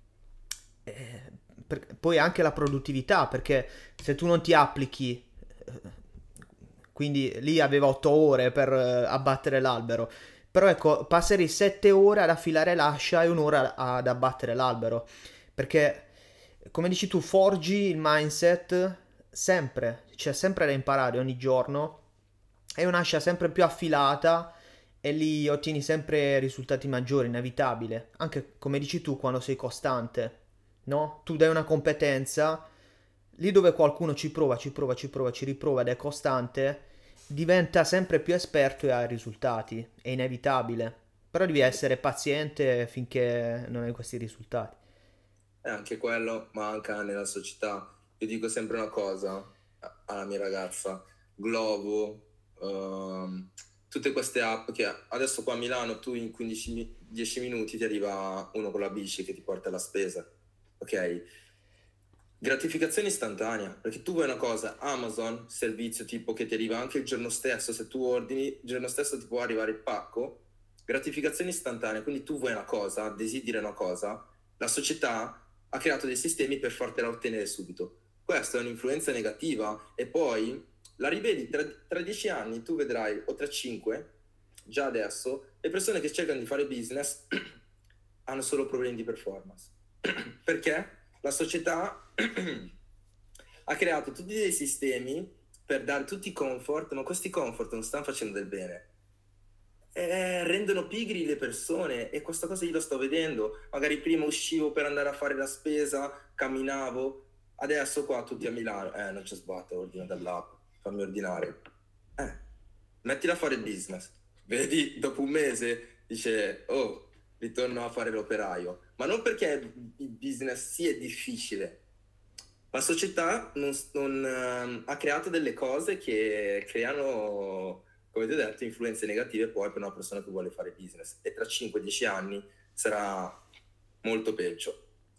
poi anche la produttività, perché se tu non ti applichi, quindi lì aveva 8 ore per abbattere l'albero, però ecco, passerei 7 ore ad affilare l'ascia e un'ora ad abbattere l'albero, perché come dici tu, forgi il mindset sempre, c'è sempre da imparare ogni giorno, è un'ascia sempre più affilata e lì ottieni sempre risultati maggiori, inevitabile. Anche come dici tu, quando sei costante, no? Tu dai una competenza, lì dove qualcuno ci riprova ed è costante, diventa sempre più esperto e ha risultati. È inevitabile. Però devi essere paziente finché non hai questi risultati. E anche quello manca nella società. Io dico sempre una cosa alla mia ragazza, Glovo, tutte queste app che adesso qua a Milano tu in 10 minuti ti arriva uno con la bici che ti porta alla spesa, ok? Gratificazione istantanea, perché tu vuoi una cosa, Amazon, servizio tipo che ti arriva anche il giorno stesso, se tu ordini, il giorno stesso ti può arrivare il pacco, gratificazione istantanea, quindi tu vuoi una cosa, desideri una cosa, la società ha creato dei sistemi per fartela ottenere subito. Questa è un'influenza negativa e poi la rivedi tra 10 anni, tu vedrai, o tra 5, già adesso, le persone che cercano di fare business hanno solo problemi di performance. Perché? La società ha creato tutti dei sistemi per dare tutti i comfort, ma questi comfort non stanno facendo del bene. Rendono pigri le persone e questa cosa io lo sto vedendo. Magari prima uscivo per andare a fare la spesa, camminavo, adesso qua tutti a Milano, non c'è sbatte, ordina dall'app, fammi ordinare. Mettila a fare il business. Vedi, dopo un mese dice, oh, ritorno a fare l'operaio. Ma non perché il business sì è difficile. La società ha creato delle cose che creano, come ti ho detto, influenze negative poi per una persona che vuole fare business. E tra 5-10 anni sarà molto peggio.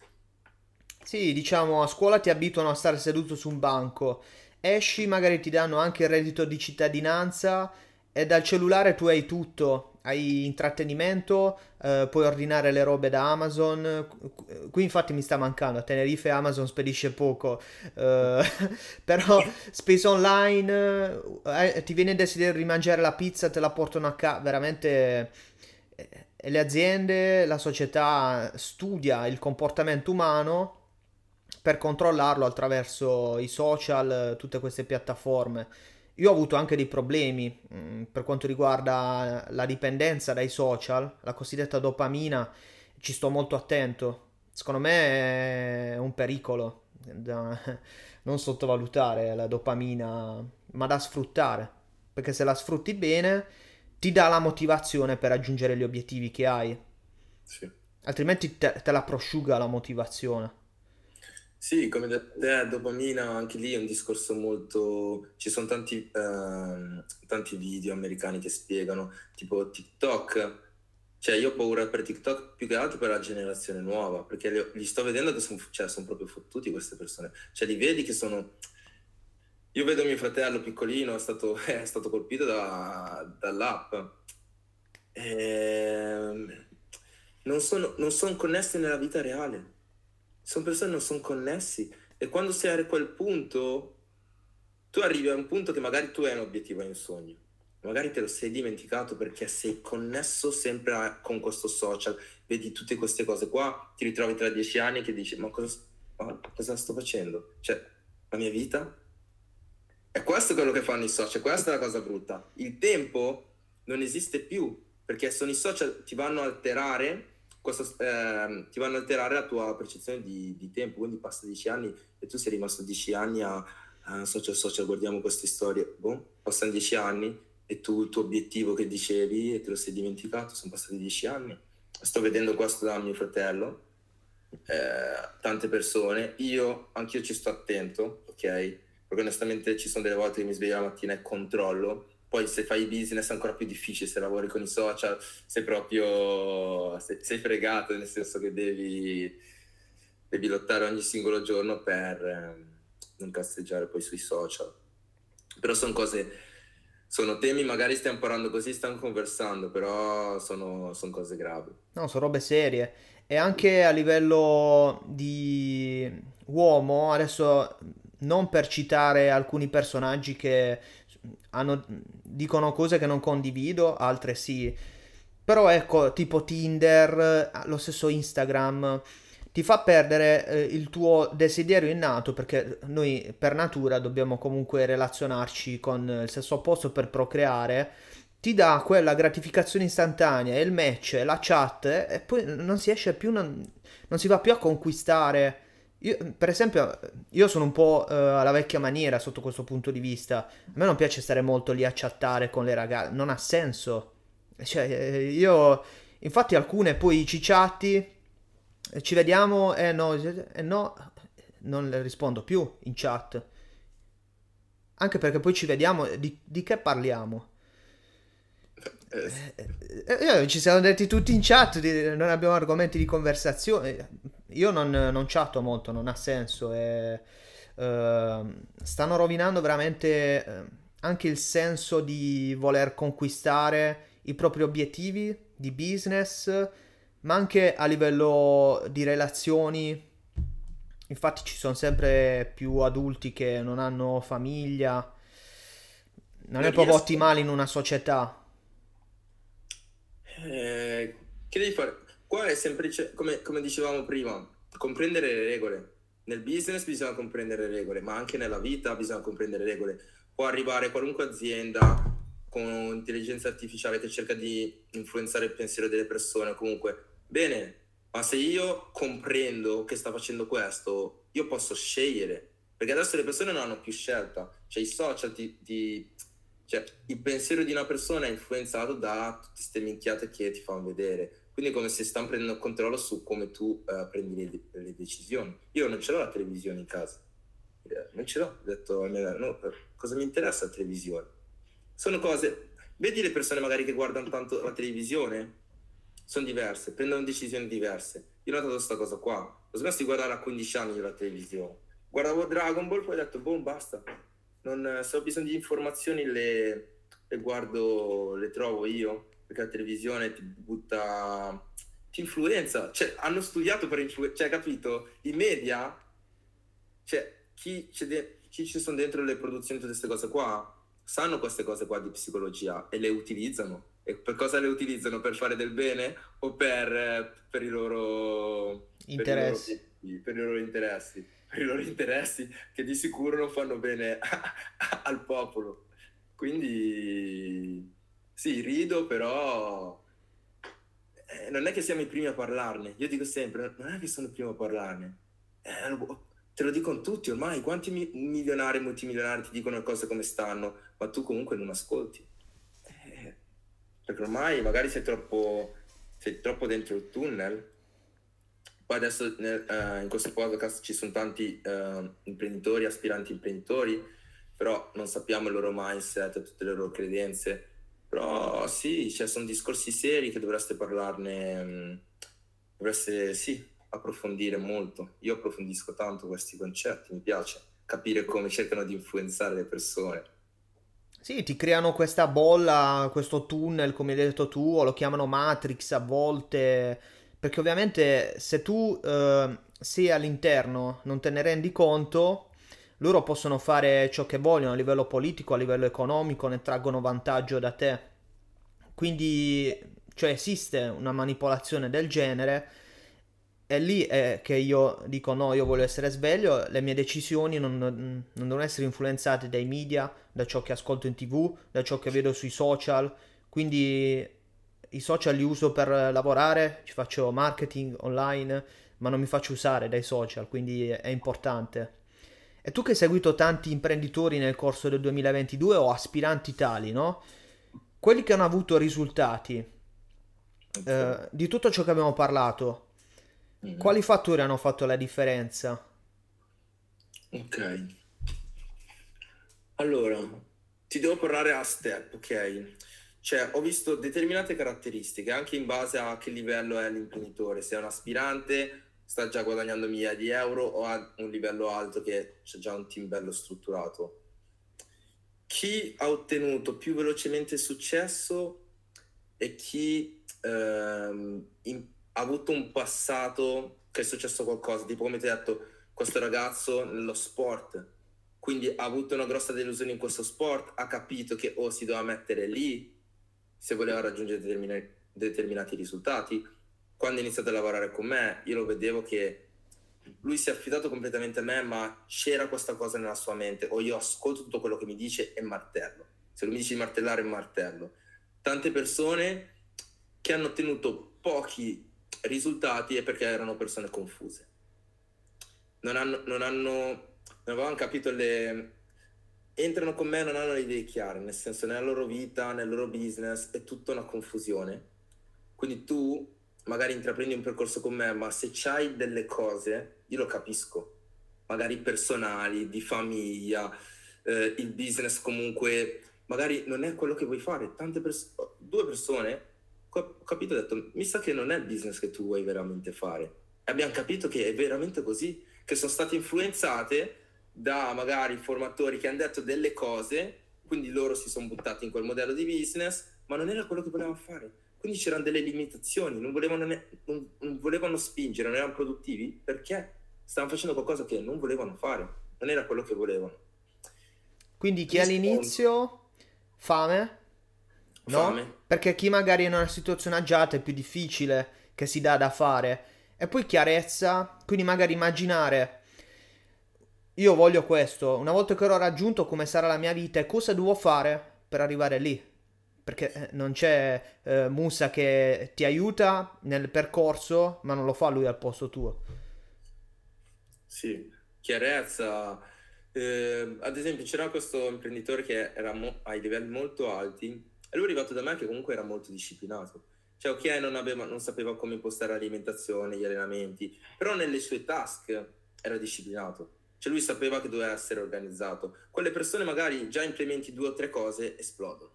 Sì, diciamo, a scuola ti abituano a stare seduto su un banco, esci, magari ti danno anche il reddito di cittadinanza e dal cellulare tu hai tutto, hai intrattenimento, puoi ordinare le robe da Amazon. Qui infatti mi sta mancando, a Tenerife Amazon spedisce poco, eh, però spesa online, ti viene il desiderio di mangiare la pizza, te la portano a casa, veramente. E le aziende, la società studia il comportamento umano per controllarlo attraverso i social, tutte queste piattaforme. Io ho avuto anche dei problemi per quanto riguarda la dipendenza dai social, la cosiddetta dopamina, ci sto molto attento. Secondo me è un pericolo da non sottovalutare la dopamina, ma da sfruttare, perché se la sfrutti bene ti dà la motivazione per raggiungere gli obiettivi che hai, Sì. altrimenti te la prosciuga la motivazione. Sì, come da te, dopamina, anche lì è un discorso molto. Ci sono tanti video americani che spiegano, tipo TikTok. Cioè, io ho paura per TikTok più che altro per la generazione nuova, perché li sto vedendo che sono proprio fottuti queste persone. Cioè, li vedi che sono. Io vedo mio fratello piccolino, è stato colpito dall'app. Non sono connessi nella vita reale. Sono persone che non sono connessi e quando sei a quel punto, tu arrivi a un punto che magari tu hai un obiettivo, hai un sogno. magari te lo sei dimenticato perché sei connesso sempre con questo social, vedi tutte queste cose qua, ti ritrovi tra 10 anni che dici ma cosa sto facendo? Cioè, la mia vita? E questo è quello che fanno i social, questa è la cosa brutta. Il tempo non esiste più, perché sono i social ti vanno a alterare, ti vanno a alterare la tua percezione di tempo, quindi passa 10 anni e tu sei rimasto 10 anni a social, guardiamo queste storie, boh, passano 10 anni e tu il tuo obiettivo che dicevi e te lo sei dimenticato, sono passati 10 anni. Sto vedendo questo da mio fratello, tante persone, anch'io ci sto attento, ok? Perché onestamente ci sono delle volte che mi sveglio la mattina e controllo. Poi se fai business è ancora più difficile, se lavori con i social sei proprio sei fregato, nel senso che devi lottare ogni singolo giorno per non casteggiare poi sui social. Però sono temi, magari stiamo parlando così, stiamo conversando, però sono cose gravi. No, sono robe serie. E anche a livello di uomo, adesso non per citare alcuni personaggi che dicono cose che non condivido, altre sì. Però ecco, tipo Tinder, lo stesso Instagram, ti fa perdere il tuo desiderio innato perché noi per natura dobbiamo comunque relazionarci con il sesso opposto per procreare. Ti dà quella gratificazione istantanea, il match, la chat e poi non si esce più, non si va più a conquistare. Io, per esempio, io sono un po' alla vecchia maniera sotto questo punto di vista. A me non piace stare molto lì a chattare con le ragazze, non ha senso. Cioè, io, infatti, alcune poi ci chatti, ci vediamo, no, non le rispondo più in chat. Anche perché poi ci vediamo, di che parliamo? Ci siamo detti tutti in chat, non abbiamo argomenti di conversazione. Io non chatto molto, non ha senso. Stanno rovinando veramente anche il senso di voler conquistare i propri obiettivi di business, ma anche a livello di relazioni. Infatti ci sono sempre più adulti che non hanno famiglia. Non è Non proprio riesco. ottimale in una società. Che devi fare? Qua è semplice, come dicevamo prima, comprendere le regole. Nel business bisogna comprendere le regole, ma anche nella vita bisogna comprendere le regole. Può arrivare qualunque azienda con intelligenza artificiale che cerca di influenzare il pensiero delle persone, comunque, bene, ma se io comprendo che sta facendo questo, io posso scegliere, perché adesso le persone non hanno più scelta, cioè i social cioè, il pensiero di una persona è influenzato da tutte queste minchiate che ti fanno vedere. Quindi è come se stanno prendendo il controllo su come tu prendi le decisioni. Io non ce l'ho la televisione in casa. Non ce l'ho. Ho detto, no, cosa mi interessa la televisione? Sono cose... Vedi le persone magari che guardano tanto la televisione? Sono diverse, prendono decisioni diverse. Io ho notato questa cosa qua. Ho smesso di guardare a 15 anni la televisione. Guardavo Dragon Ball, poi ho detto, boh, basta. Se ho bisogno di informazioni le guardo, le trovo io, perché la televisione ti influenza, cioè hanno studiato per cioè capito, i media, cioè chi ci sono dentro le produzioni di queste cose qua, sanno queste cose qua di psicologia e le utilizzano. E per cosa le utilizzano? Per fare del bene o per i loro Interessi. per i loro interessi? Per i loro interessi che di sicuro non fanno bene al popolo. Quindi sì, rido, però non è che siamo i primi a parlarne. Io dico sempre, non è che sono i primi a parlarne. Te lo dicono tutti ormai, quanti milionari e multimilionari ti dicono le cose come stanno, ma tu comunque non ascolti. Perché ormai magari sei troppo dentro il tunnel. Poi adesso in questo podcast ci sono tanti imprenditori, aspiranti imprenditori, però non sappiamo il loro mindset, tutte le loro credenze. Però sì, cioè, sono discorsi seri che dovreste parlarne, dovreste sì, approfondire molto. Io approfondisco tanto questi concetti, mi piace capire come cercano di influenzare le persone. Sì, ti creano questa bolla, questo tunnel, come hai detto tu, o lo chiamano Matrix a volte, perché ovviamente se tu sei all'interno non te ne rendi conto, loro possono fare ciò che vogliono a livello politico, a livello economico, ne traggono vantaggio da te. Quindi, cioè, esiste una manipolazione del genere. È lì che io dico no, io voglio essere sveglio, le mie decisioni non devono essere influenzate dai media, da ciò che ascolto in TV, da ciò che vedo sui social. Quindi i social li uso per lavorare, ci faccio marketing online, ma non mi faccio usare dai social, quindi è importante. E tu che hai seguito tanti imprenditori nel corso del 2022 o aspiranti tali, no? Quelli che hanno avuto risultati, Ok. di tutto ciò che abbiamo parlato, Mhm. quali fattori hanno fatto la differenza? Ok. Allora, ti devo parlare a step, ok? Cioè, ho visto determinate caratteristiche anche in base a che livello è l'imprenditore. Se è un aspirante, sta già guadagnando migliaia di euro o ha un livello alto che c'è già un team bello strutturato. Chi ha ottenuto più velocemente successo e chi ha avuto un passato che è successo qualcosa, tipo come ti ho detto, questo ragazzo nello sport, quindi ha avuto una grossa delusione in questo sport, ha capito che si doveva mettere lì se voleva raggiungere determinati risultati. Quando ha iniziato a lavorare con me, io lo vedevo che lui si è affidato completamente a me, ma c'era questa cosa nella sua mente, o io ascolto tutto quello che mi dice e martello. Se lui mi dice di martellare, martello. Tante persone che hanno ottenuto pochi risultati è perché erano persone confuse. Non avevano capito entrano con me e non hanno le idee chiare, nel senso nella loro vita, nel loro business, è tutta una confusione. Quindi tu magari intraprendi un percorso con me, ma se c'hai delle cose, io lo capisco, magari personali, di famiglia, il business comunque, magari non è quello che vuoi fare. Due persone, ho capito, ho detto, mi sa che non è il business che tu vuoi veramente fare. E abbiamo capito che è veramente così, che sono state influenzate da magari formatori che hanno detto delle cose, quindi loro si sono buttati in quel modello di business, ma non era quello che volevano fare. Quindi c'erano delle limitazioni, non volevano spingere, non erano produttivi perché stavano facendo qualcosa che non volevano fare, non era quello che volevano. Quindi chi Di secondo, all'inizio fame, no? fame. Perché chi magari è in una situazione agiata è più difficile che si dà da fare. E poi chiarezza, quindi magari immaginare io voglio questo, una volta che l'ho raggiunto come sarà la mia vita e cosa devo fare per arrivare lì. Perché non c'è Musa che ti aiuta nel percorso, ma non lo fa lui al posto tuo. Sì, chiarezza. Ad esempio, c'era questo imprenditore che era ai livelli molto alti e lui è arrivato da me che comunque era molto disciplinato. Cioè, ok, non sapeva come impostare l'alimentazione, gli allenamenti, però nelle sue task era disciplinato. Cioè, lui sapeva che doveva essere organizzato. Quelle persone magari già implementi due o tre cose, esplodono.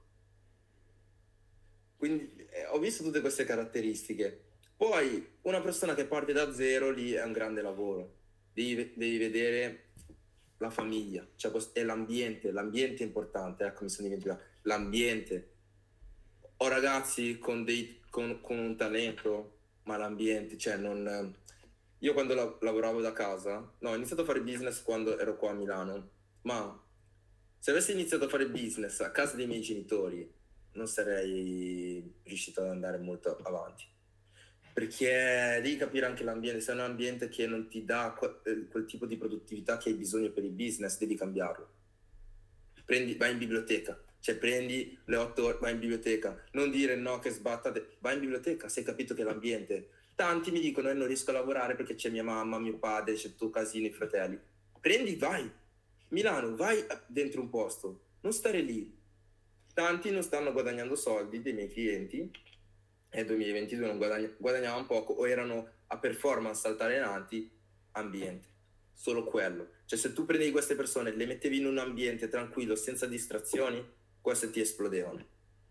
Quindi ho visto tutte queste caratteristiche. Poi una persona che parte da zero lì è un grande lavoro. Devi vedere la famiglia, cioè, e l'ambiente è importante, ecco mi sono dimenticato, l'ambiente. Ho ragazzi con un talento, ma l'ambiente, cioè non... Io quando lavoravo da casa, no, ho iniziato a fare business quando ero qua a Milano, ma se avessi iniziato a fare business a casa dei miei genitori, non sarei riuscito ad andare molto avanti. Perché devi capire anche l'ambiente, se è un ambiente che non ti dà quel tipo di produttività che hai bisogno per il business, devi cambiarlo. Vai in biblioteca, cioè prendi le 8 ore, vai in biblioteca, non dire no che sbattate, vai in biblioteca, se hai capito che l'ambiente. Tanti mi dicono non riesco a lavorare perché c'è mia mamma, mio padre, c'è tuo casino, i fratelli. Prendi, vai. Milano, vai dentro un posto, non stare lì. Tanti non stanno guadagnando soldi dei miei clienti e nel 2022 non guadagnavano poco o erano a performance altalenanti, ambiente. Solo quello. Cioè se tu prendevi queste persone e le mettevi in un ambiente tranquillo, senza distrazioni, queste ti esplodevano.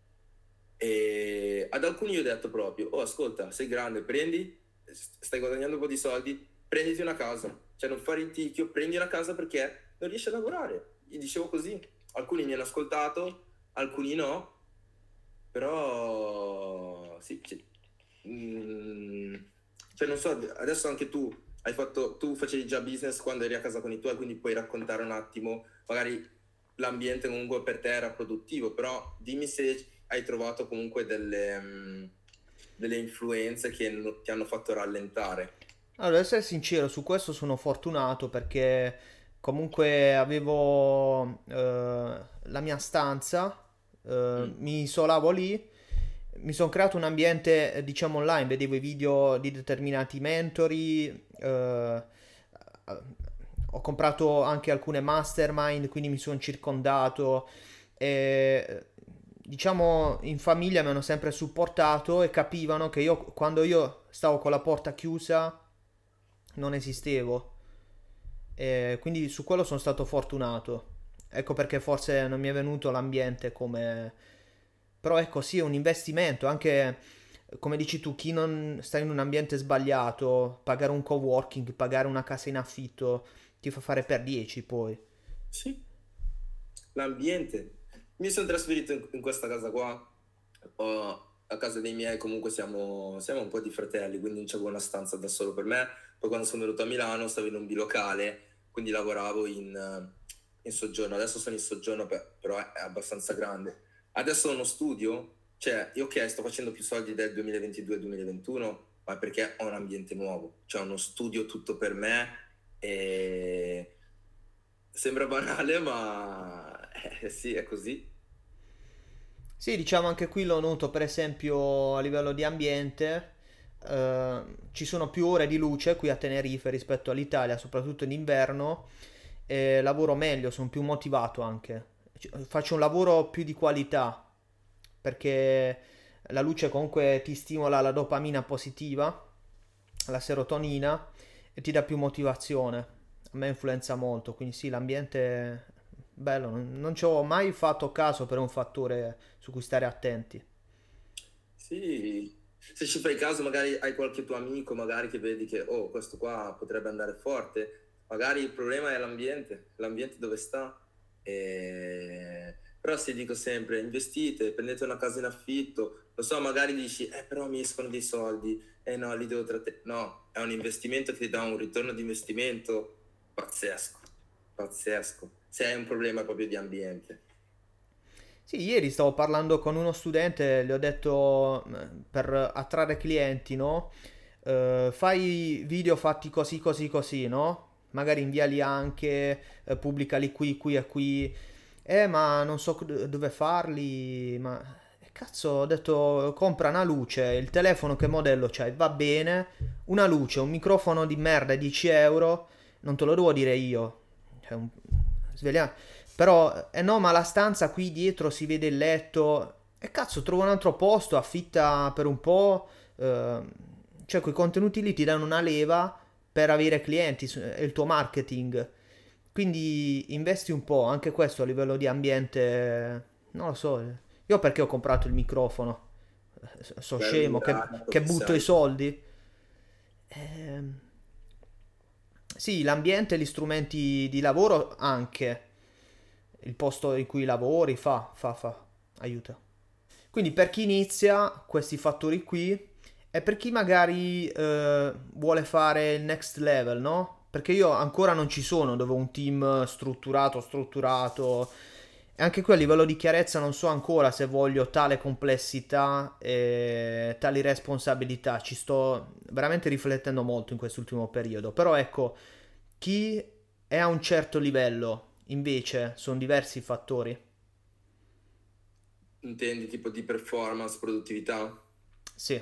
E ad alcuni io ho detto proprio, oh ascolta, sei grande, stai guadagnando un po' di soldi, prenditi una casa. Cioè non fare il ticchio, prendi una casa perché non riesci a lavorare. Gli dicevo così. Alcuni mi hanno ascoltato, alcuni no, però sì, cioè non so, adesso anche tu tu facevi già business quando eri a casa con i tuoi, quindi puoi raccontare un attimo, magari l'ambiente comunque per te era produttivo, però dimmi se hai trovato comunque delle influenze che ti hanno fatto rallentare. Allora, ad essere sincero, su questo sono fortunato perché comunque avevo la mia stanza, Mm. mi isolavo lì, mi sono creato un ambiente, diciamo, online, vedevo i video di determinati mentori, ho comprato anche alcune mastermind, quindi mi sono circondato e diciamo in famiglia mi hanno sempre supportato e capivano che io quando io stavo con la porta chiusa non esistevo. E quindi su quello sono stato fortunato. Ecco perché forse non mi è venuto l'ambiente come... Però ecco, sì, è un investimento, anche come dici tu, chi non sta in un ambiente sbagliato, pagare un coworking, pagare una casa in affitto, ti fa fare per 10 poi. Sì, l'ambiente. Mi sono trasferito in questa casa qua. A casa dei miei comunque siamo un po' di fratelli, quindi non c'avevo una stanza da solo per me. Poi quando sono venuto a Milano stavo in un bilocale, quindi lavoravo in soggiorno. Adesso sono in soggiorno, però è abbastanza grande. Adesso ho uno studio, cioè io ok, sto facendo più soldi del 2022-2021, ma perché ho un ambiente nuovo, cioè uno studio tutto per me e sembra banale, ma sì, è così. Sì, diciamo anche qui lo noto per esempio a livello di ambiente, ci sono più ore di luce qui a Tenerife rispetto all'Italia, soprattutto in inverno, e lavoro meglio, sono più motivato anche. Faccio un lavoro più di qualità, perché la luce comunque ti stimola la dopamina positiva, la serotonina e ti dà più motivazione. A me influenza molto, quindi sì, l'ambiente è bello, non ci ho mai fatto caso per un fattore su cui stare attenti. Sì, se ci fai caso, magari hai qualche tuo amico, magari che vedi che, oh, questo qua potrebbe andare forte. Magari il problema è l'ambiente dove sta. Però sì, dico sempre, investite, prendete una casa in affitto. Lo so, magari dici, però mi escono dei soldi, no, li devo trattenere. No, è un investimento che ti dà un ritorno di investimento pazzesco, pazzesco. Se hai un problema proprio di ambiente. Sì, ieri stavo parlando con uno studente, gli ho detto per attrarre clienti, no? Fai video fatti così, così, così, no? Magari inviali anche, pubblicali qui, qui e qui. Ma non so dove farli, ma... Cazzo, ho detto, compra una luce, il telefono che modello c'hai? Va bene, una luce, un microfono di merda, 10 euro, non te lo devo dire io. Cioè, sveglia. Però, no, ma la stanza qui dietro si vede il letto. E cazzo, trovo un altro posto, affitta per un po'. eh, cioè, quei contenuti lì ti danno una leva per avere clienti, è il tuo marketing. Quindi investi un po', anche questo a livello di ambiente, non lo so. Io perché ho comprato il microfono? So Bello scemo, mirare, che butto i professionale. soldi? Ehm, sì, l'ambiente e gli strumenti di lavoro anche. Il posto in cui lavori aiuta. Quindi per chi inizia questi fattori qui e per chi magari vuole fare il next level, no? Perché io ancora non ci sono dove ho un team strutturato. E anche qui a livello di chiarezza non so ancora se voglio tale complessità e tali responsabilità. Ci sto veramente riflettendo molto in quest'ultimo periodo. Però ecco, chi è a un certo livello, invece, sono diversi fattori. Intendi tipo di performance, produttività? Sì.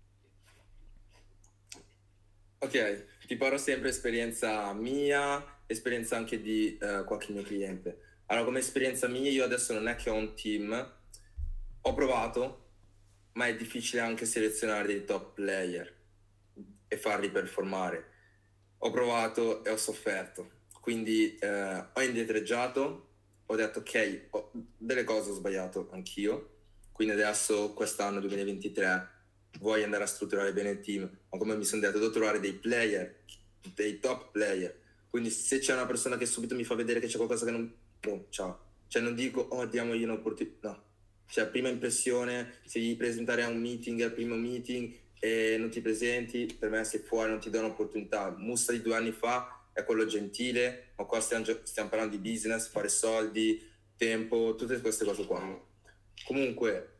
Ok, ti parlo sempre esperienza mia, esperienza anche di qualche mio cliente. Allora, come esperienza mia, io adesso non è che ho un team, ho provato, ma è difficile anche selezionare dei top player e farli performare. Ho provato e ho sofferto, quindi ho indietreggiato, ho detto ok, delle cose ho sbagliato anch'io, quindi adesso quest'anno 2023 vuoi andare a strutturare bene il team, ma come mi sono detto, devo trovare dei player, dei top player. Quindi se c'è una persona che subito mi fa vedere che c'è qualcosa che non... Oh, ciao. Cioè non dico, oh, diamogli un'opportunità. No. Cioè, prima impressione, se devi presentare a un meeting, al primo meeting, e non ti presenti, per me sei fuori, non ti do un'opportunità. Mussa di 2 anni fa è quello gentile, ma qua stiamo parlando di business, fare soldi, tempo, tutte queste cose qua. Comunque,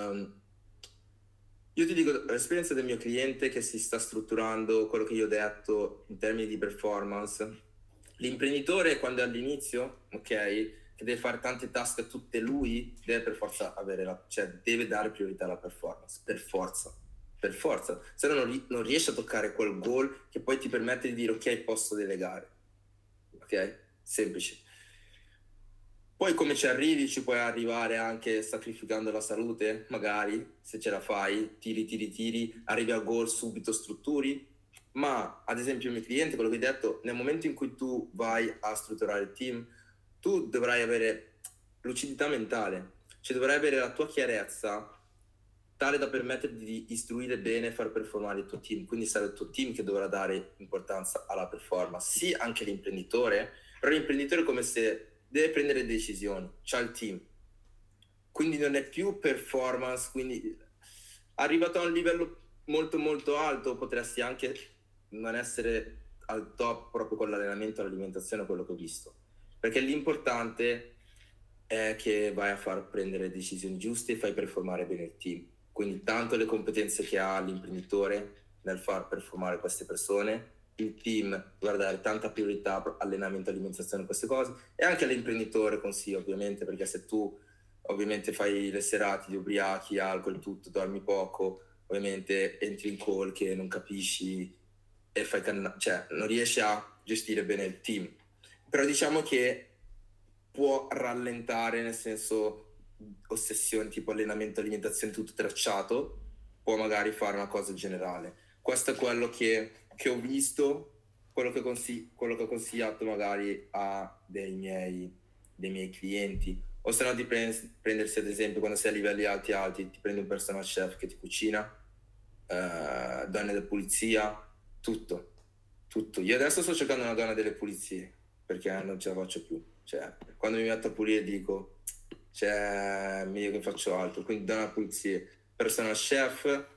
io ti dico l'esperienza del mio cliente che si sta strutturando, quello che io ho detto in termini di performance. L'imprenditore quando è all'inizio, ok, che deve fare tante task a tutte lui, deve per forza deve dare priorità alla performance, per forza, se no non riesce a toccare quel goal che poi ti permette di dire ok, posso delegare, ok? Semplice. Poi come ci arrivi, ci puoi arrivare anche sacrificando la salute, magari, se ce la fai, tiri, arrivi al goal subito, strutturi, ma ad esempio il mio cliente, quello che hai detto, nel momento in cui tu vai a strutturare il team, tu dovrai avere lucidità mentale, cioè dovrai avere la tua chiarezza tale da permetterti di istruire bene e far performare il tuo team, quindi sarà il tuo team che dovrà dare importanza alla performance, sì anche l'imprenditore, però l'imprenditore è come se deve prendere decisioni, c'ha il team, quindi non è più performance, quindi arrivato a un livello molto molto alto potresti anche non essere al top proprio con l'allenamento e l'alimentazione, quello che ho visto, perché l'importante è che vai a far prendere decisioni giuste e fai performare bene il team, quindi tanto le competenze che ha l'imprenditore nel far performare queste persone, il team dovrà dare tanta priorità allenamento, alimentazione, queste cose, e anche all'imprenditore consiglio ovviamente, perché se tu ovviamente fai le serate di ubriachi, alcol, tutto, dormi poco, ovviamente entri in call che non capisci e cioè non riesci a gestire bene il team. Però diciamo che può rallentare, nel senso ossessioni tipo allenamento, alimentazione, tutto tracciato, può magari fare una cosa generale. Questo è quello che ho visto, quello che ho consigliato magari a dei miei clienti. O se no di prendersi ad esempio quando sei a livelli alti, ti prendi un personal chef che ti cucina, donne da pulizia, tutto. Io adesso sto cercando una donna delle pulizie perché non ce la faccio più. Cioè, quando mi metto a pulire dico, cioè, meglio che faccio altro. Quindi donna da pulizie, personal chef,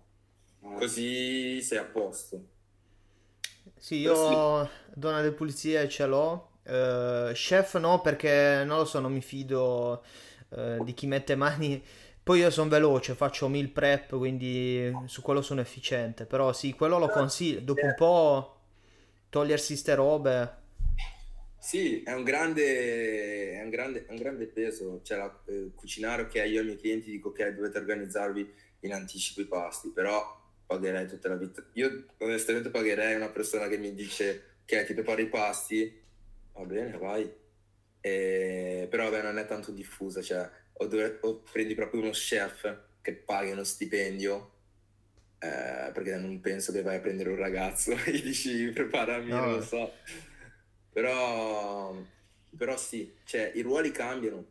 così sei a posto. Sì, Però io donna delle pulizie ce l'ho. Chef no, perché non lo so, non mi fido di chi mette mani. Poi io sono veloce, faccio meal prep, quindi su quello sono efficiente. Però sì, quello lo consiglio. Dopo un po' togliersi ste robe. sì, è un grande peso, cioè cucinare, ok, io ai miei clienti dico ok, dovete organizzarvi in anticipo i pasti, però pagherei tutta la vita. Io onestamente pagherei una persona che mi dice ok, ti prepari i pasti, va bene, vai. Però vabbè, non è tanto diffusa, cioè o prendi proprio uno chef che paghi uno stipendio, perché non penso che vai a prendere un ragazzo e gli dici preparami, non lo No. so. Però, però sì, cioè i ruoli cambiano.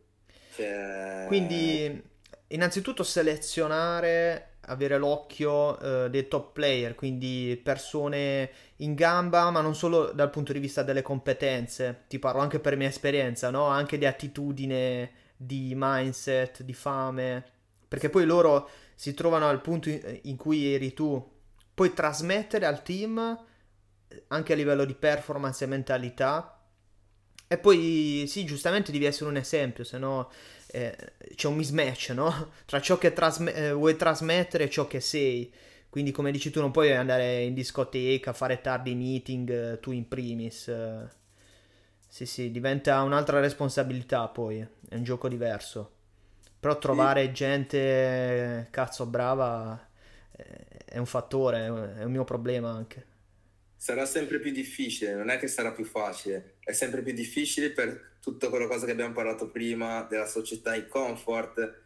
Cioè, Quindi, innanzitutto selezionare, avere l'occhio dei top player, quindi persone in gamba, ma non solo dal punto di vista delle competenze, ti parlo anche per mia esperienza, no? Anche di attitudine, di mindset, di fame, perché poi loro si trovano al punto in cui eri tu, puoi trasmettere al team anche a livello di performance e mentalità. E poi sì, giustamente devi essere un esempio, se no c'è un mismatch, no? Tra ciò che vuoi trasmettere e ciò che sei. Quindi, come dici tu, non puoi andare in discoteca, fare tardi meeting, tu in primis. Sì, sì, diventa un'altra responsabilità poi, è un gioco diverso. Però sì, trovare gente cazzo brava è un fattore, è un mio problema anche. sarà sempre più difficile, non è che sarà più facile, è sempre più difficile per tutta quella cosa che abbiamo parlato prima della società in comfort.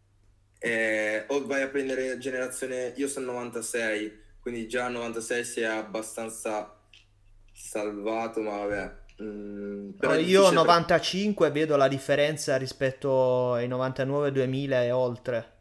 O vai a prendere generazione, io sono 96, quindi già 96 si è abbastanza salvato, ma vabbè. Però è Io difficile per 95 vedo la differenza rispetto ai 99, 2000 e oltre.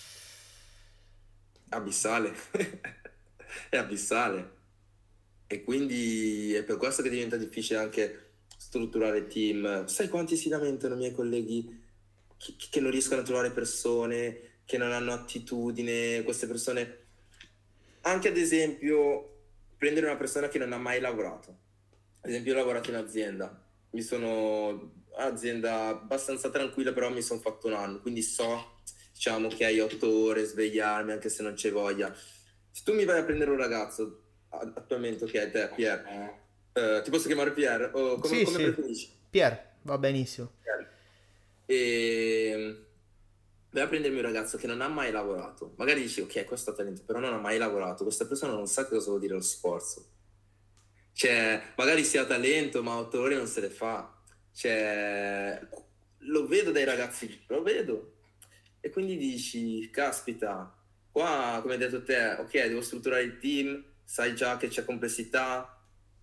abissale. È abissale. E quindi è per questo che diventa difficile anche strutturare team. Sai quanti si lamentano i miei colleghi che non riescono a trovare persone, che non hanno attitudine, queste persone. anche ad esempio prendere una persona che non ha mai lavorato. Ad esempio io ho lavorato in azienda, azienda abbastanza tranquilla, però mi sono fatto un anno, quindi so, diciamo che hai 8 ore svegliarmi anche se non c'è voglia. Se tu mi vai a prendere un ragazzo attualmente, ok, te, Pier, ti posso chiamare Pier? O come, Sì, come sì, preferisci? Pier, va benissimo. E vai a prendermi un ragazzo che non ha mai lavorato. Magari dici, ok, questo ha talento, però non ha mai lavorato. Questa persona non sa cosa vuol dire lo sforzo. Cioè, magari si ha talento, ma 8 ore non se le fa. Cioè, lo vedo dai ragazzi, lo vedo. E quindi dici, caspita, qua, come hai detto te, ok, devo strutturare il team, sai già che c'è complessità,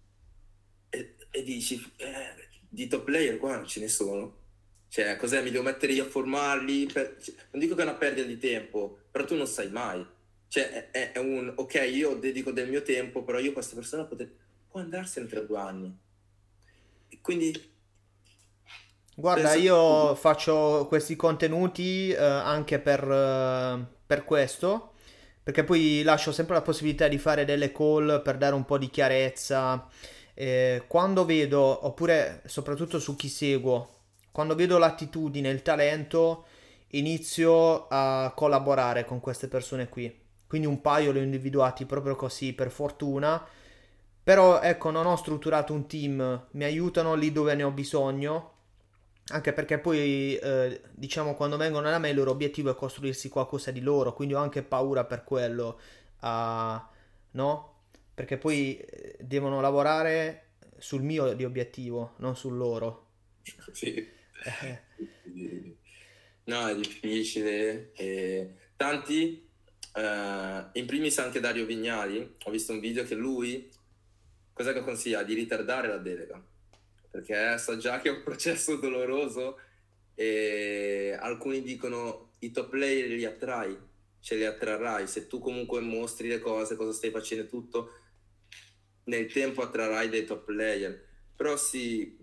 e dici, di top player qua non ce ne sono. Cioè, cos'è? Mi devo mettere io a formarli? Cioè, non dico che è una perdita di tempo, però tu non sai mai. Cioè, è un, ok, io dedico del mio tempo, però io questa persona può andarsene tra 2 anni. E quindi, Guarda, pensa tu. io faccio questi contenuti anche per questo, perché poi lascio sempre la possibilità di fare delle call per dare un po' di chiarezza. Quando vedo, oppure soprattutto su chi seguo, quando vedo l'attitudine, il talento, inizio a collaborare con queste persone qui. Quindi un paio li ho individuati proprio così, per fortuna. Però ecco, non ho strutturato un team, mi aiutano lì dove ne ho bisogno, anche perché poi, diciamo, quando vengono da me il loro obiettivo è costruirsi qualcosa di loro, quindi ho anche paura per quello, no? Perché poi devono lavorare sul mio di obiettivo, non sul loro. Sì. Eh, No, è difficile. Tanti, in primis anche Dario Vignali, ho visto un video che lui, cos'è che consiglia? Di ritardare la delega, perché sa già che è un processo doloroso e alcuni dicono i top player li attrai, ce li attrarrai, se tu comunque mostri le cose, cosa stai facendo e tutto, nel tempo attrarrai dei top player. Però sì,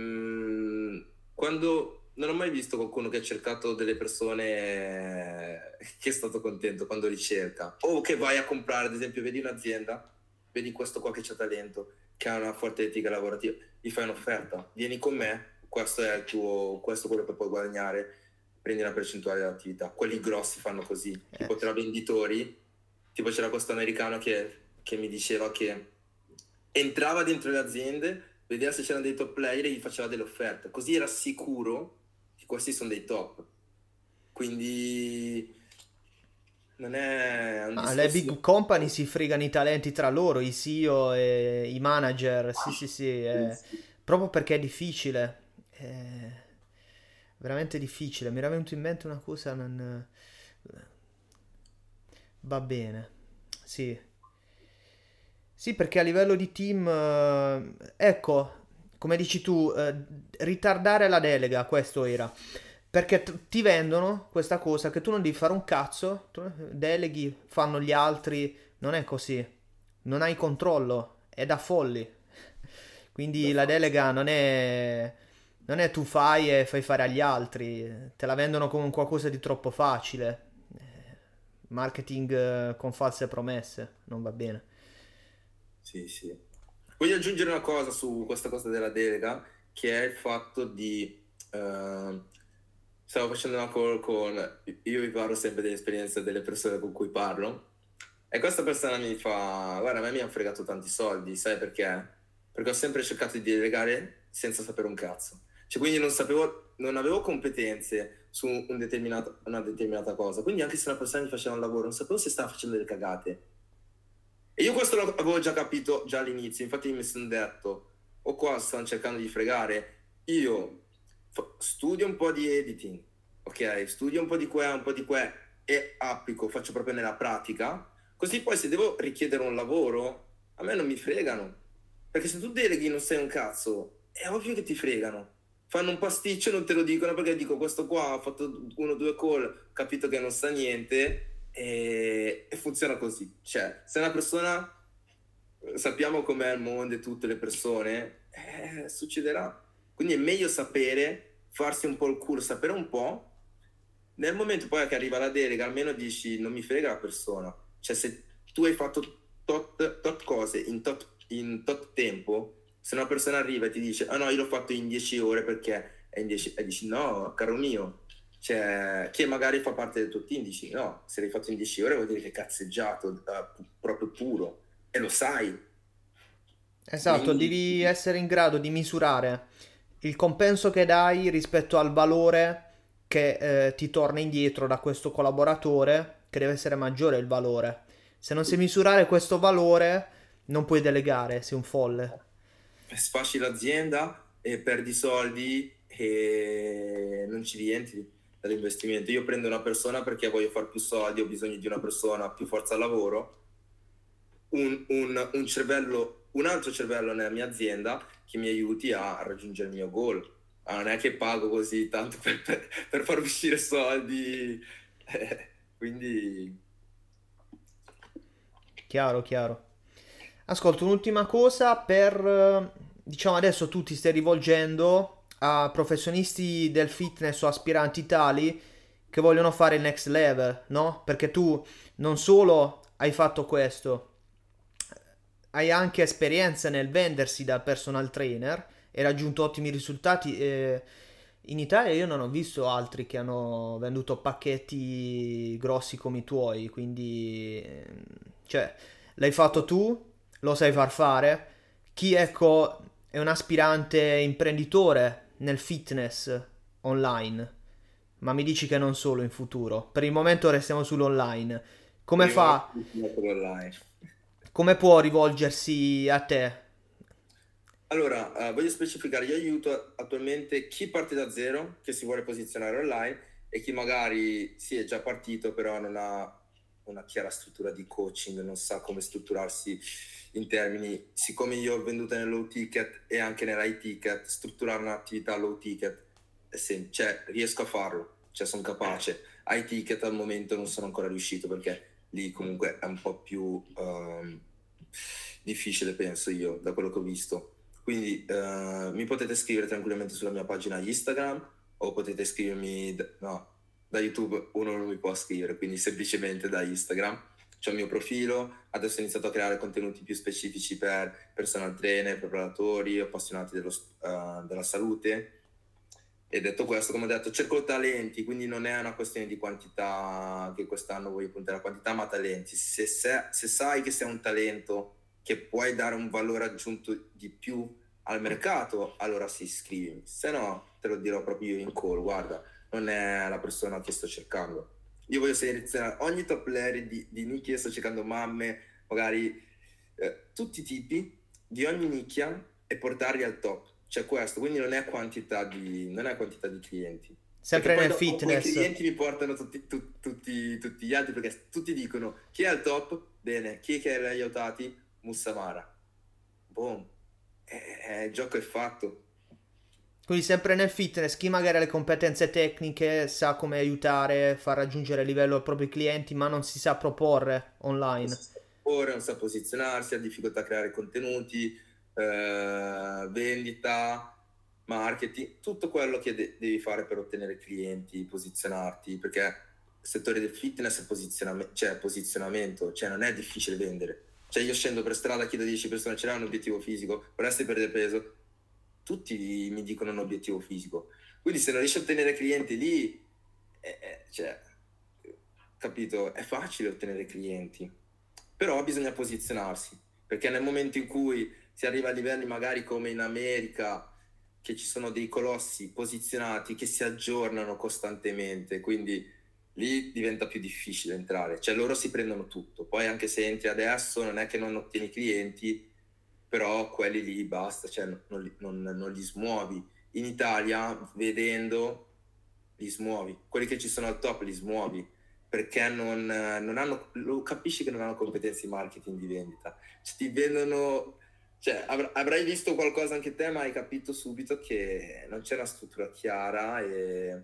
quando non ho mai visto qualcuno che ha cercato delle persone che è stato contento quando ricerca. O che vai a comprare, ad esempio, vedi un'azienda, vedi questo qua che c'ha talento, che ha una forte etica lavorativa, gli fai un'offerta, vieni con me, questo è il tuo, questo è quello che puoi guadagnare, prendi una percentuale dell'attività. Quelli grossi fanno così, tipo tra venditori, tipo c'era questo americano che mi diceva che entrava dentro le aziende, vedeva se c'erano dei top player e gli faceva delle offerte, così era sicuro che questi sono dei top. Quindi non è un le discorso. big company si fregano i talenti tra loro, i CEO e i manager, sì sì sì, proprio perché è difficile, è veramente difficile. Mi era venuto in mente una cosa, non... Va bene, sì. Sì, perché a livello di team, ecco, come dici tu, ritardare la delega, questo era. Perché ti vendono questa cosa che tu non devi fare un cazzo, tu deleghi, fanno gli altri, non è così. Non hai controllo, è da folli. Quindi la delega non è tu fai e fai fare agli altri, te la vendono come un qualcosa di troppo facile. Marketing con false promesse, non va bene. Sì, sì. Voglio aggiungere una cosa su questa cosa della delega, che è il fatto di... stavo facendo una call con... Io vi parlo sempre delle esperienze delle persone con cui parlo, e questa persona mi fa, guarda, a me mi hanno fregato tanti soldi, sai perché? Perché ho sempre cercato di delegare senza sapere un cazzo. Cioè, quindi non avevo competenze su una determinata cosa. Quindi anche se una persona mi faceva un lavoro, non sapevo se stava facendo delle cagate. E io questo l'avevo già capito già all'inizio, infatti mi sono detto, o qua stanno cercando di fregare, io studio un po' di editing, ok? Studio un po' di qua, un po' di qua e applico, faccio proprio nella pratica, così poi se devo richiedere un lavoro, a me non mi fregano. Perché se tu deleghi non sei un cazzo, è ovvio che ti fregano. Fanno un pasticcio e non te lo dicono perché dico questo qua ha fatto 1 o 2 call, ho capito che non sa niente e funziona così. Cioè, se una persona sappiamo com'è il mondo e tutte le persone, succederà. Quindi è meglio sapere, farsi un po' il culo, sapere un po'. Nel momento poi che arriva la delega, almeno dici non mi frega la persona. Cioè, se tu hai fatto tot cose in tot tempo, se una persona arriva e ti dice ah no, io l'ho fatto in 10 ore perché è in 10, e dici no, caro mio, cioè, che magari fa parte del tuo team, dici no, se l'hai fatto in 10 ore vuol dire che è cazzeggiato, proprio puro, e lo sai. Esatto, Quindi devi essere in grado di misurare il compenso che dai rispetto al valore che ti torna indietro da questo collaboratore, che deve essere maggiore il valore. Se non sai misurare questo valore, non puoi delegare, sei un folle. sfasci l'azienda e perdi soldi e non ci rientri dall'investimento. Io prendo una persona perché voglio fare più soldi, ho bisogno di una persona, più forza al lavoro, un cervello, un altro cervello nella mia azienda che mi aiuti a raggiungere il mio goal. Non è che pago così tanto per far uscire soldi. Quindi Chiaro, chiaro. Ascolta, un'ultima cosa diciamo adesso tu ti stai rivolgendo a professionisti del fitness o aspiranti tali che vogliono fare il next level, no? Perché tu non solo hai fatto questo, hai anche esperienza nel vendersi da personal trainer e raggiunto ottimi risultati. In Italia io non ho visto altri che hanno venduto pacchetti grossi come i tuoi, quindi cioè l'hai fatto tu, lo sai far fare. Chi ecco è un aspirante imprenditore nel fitness online, ma mi dici che non solo in futuro. Per il momento restiamo sull'online. per Come il momento fa? mi trovo online. Come può rivolgersi a te? Allora, voglio specificare, io aiuto attualmente chi parte da zero, che si vuole posizionare online, e chi magari sì è già partito, però non ha una chiara struttura di coaching, non sa come strutturarsi in termini, siccome io ho venduto nel low ticket e anche nell'high ticket, strutturare un'attività low ticket, cioè riesco a farlo, cioè sono capace. High ticket al momento non sono ancora riuscito perché lì comunque è un po' più difficile, penso io, da quello che ho visto. Quindi mi potete scrivere tranquillamente sulla mia pagina Instagram o potete scrivermi, no, da YouTube uno non mi può scrivere, quindi semplicemente da Instagram. C'è il mio profilo, adesso ho iniziato a creare contenuti più specifici per personal trainer, preparatori, appassionati della salute. E detto questo, come ho detto, cerco talenti, quindi non è una questione di quantità, che quest'anno voglio puntare a quantità, ma talenti. Se sai che sei un talento che puoi dare un valore aggiunto di più al mercato, allora sì, iscrivimi. Se no, te lo dirò proprio io in call, guarda, non è la persona che sto cercando. Io voglio selezionare ogni top player di nicchie, sto cercando mamme, magari tutti i tipi, di ogni nicchia e portarli al top. C'è questo, quindi non è quantità di clienti. Perché Sempre poi nel dopo quei fitness. clienti mi portano tutti gli altri, perché tutti dicono chi è al top? Bene, chi è che li ha aiutati? Mussamara. Boom. Il gioco è fatto. Quindi sempre nel fitness, chi magari ha le competenze tecniche sa come aiutare, far raggiungere il livello ai propri clienti, ma non si sa proporre Non online. si sa proporre, non sa posizionarsi, ha difficoltà a creare contenuti, vendita, marketing, tutto quello che devi fare per ottenere clienti, posizionarti, perché il settore del fitness è posizionamento, cioè non è difficile vendere. Cioè io scendo per strada, chiedo a 10 persone, ce l'hai un obiettivo fisico, vorresti perdere peso? Tutti mi dicono un obiettivo fisico. Quindi se non riesci a ottenere clienti lì, cioè, capito, è facile ottenere clienti, però bisogna posizionarsi, perché nel momento in cui si arriva a livelli magari come in America, che ci sono dei colossi posizionati che si aggiornano costantemente, quindi lì diventa più difficile entrare, cioè loro si prendono tutto, poi anche se entri adesso non è che non ottieni clienti, però quelli lì basta, cioè non li smuovi. In Italia, vedendo, li smuovi. Quelli che ci sono al top li smuovi, perché non hanno, lo capisci che non hanno competenze di marketing di vendita. Cioè, ti vendono, cioè, avrai visto qualcosa anche te, ma hai capito subito che non c'è una struttura chiara e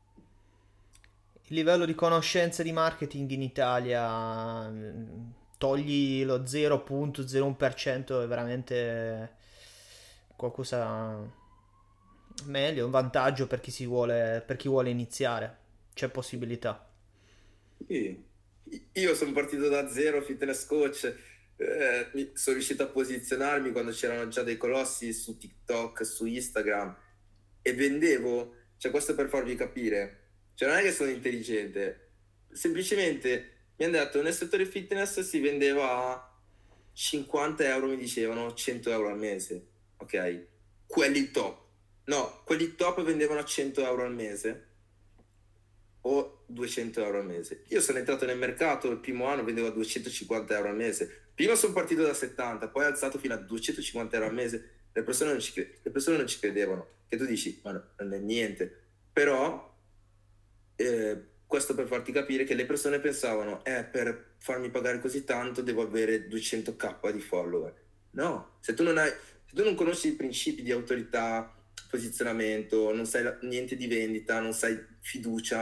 Il livello di conoscenza di marketing in Italia, togli lo 0,01%, è veramente qualcosa meglio, un vantaggio per chi vuole iniziare. C'è possibilità. sì. io sono partito da zero, fitness coach, sono riuscito a posizionarmi quando c'erano già dei colossi su TikTok, su Instagram e vendevo, cioè questo per farvi capire, cioè non è che sono intelligente, semplicemente mi hanno detto nel settore fitness si vendeva a 50 euro, mi dicevano 100 euro al mese, ok? Quelli top. No, quelli top vendevano a 100 euro al mese o 200 euro al mese. Io sono entrato nel mercato, il primo anno vendevo a 250 euro al mese. Prima sono partito da 70, poi ho alzato fino a 250 euro al mese. Le persone non ci credevano. Che tu dici, ma non è niente. Però questo per farti capire che le persone pensavano, per farmi pagare così tanto devo avere 200k di follower. No, se tu non conosci i principi di autorità, posizionamento, non sai niente di vendita, non sai fiducia,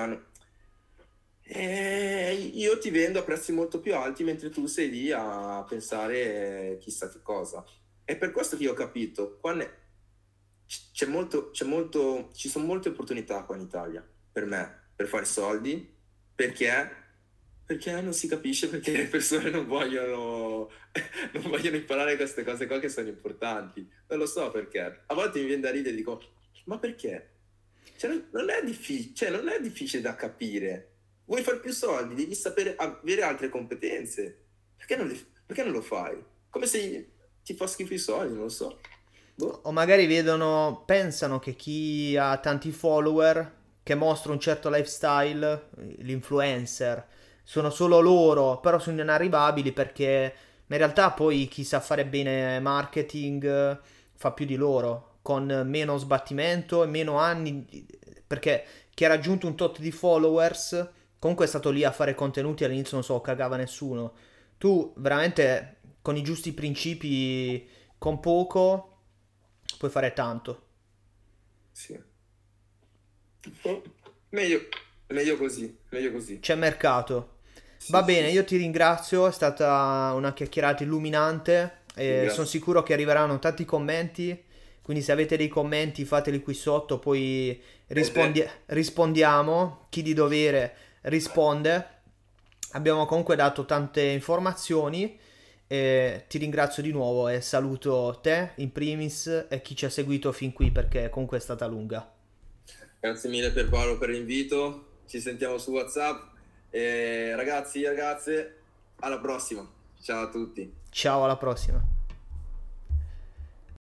io ti vendo a prezzi molto più alti mentre tu sei lì a pensare chissà che cosa. È per questo che io ho capito, ci sono molte opportunità qua in Italia per me, per fare soldi, perché? Perché non si capisce perché le persone non vogliono, non vogliono imparare queste cose qua che sono importanti. Non lo so perché. A volte mi viene da ridere e dico, ma perché? Cioè, non è cioè, non è difficile da capire. Vuoi fare più soldi, devi sapere avere altre competenze. Perché non lo fai? Come se ti fa schifo i soldi, non lo so. Boh. O magari vedono, pensano che chi ha tanti follower, che mostra un certo lifestyle, l'influencer, sono solo loro, però sono inarrivabili perché in realtà poi chi sa fare bene marketing fa più di loro, con meno sbattimento e meno anni, perché chi ha raggiunto un tot di followers comunque è stato lì a fare contenuti all'inizio non so, cagava nessuno. Tu veramente con i giusti principi, con poco puoi fare tanto. Sì. Oh, meglio, meglio così, meglio così. C'è mercato. Va Sì, sì, bene, io sì. ti ringrazio, è stata una chiacchierata illuminante e sono Ringrazio. sicuro che arriveranno tanti commenti, quindi se avete dei commenti fateli qui sotto, poi E te? rispondiamo, chi di dovere risponde. Abbiamo comunque dato tante informazioni e ti ringrazio di nuovo e saluto te in primis e chi ci ha seguito fin qui perché comunque è stata lunga. Grazie mille per Paolo per l'invito. Ci sentiamo su WhatsApp. E ragazzi, ragazze, alla prossima. Ciao a tutti. Ciao, alla prossima.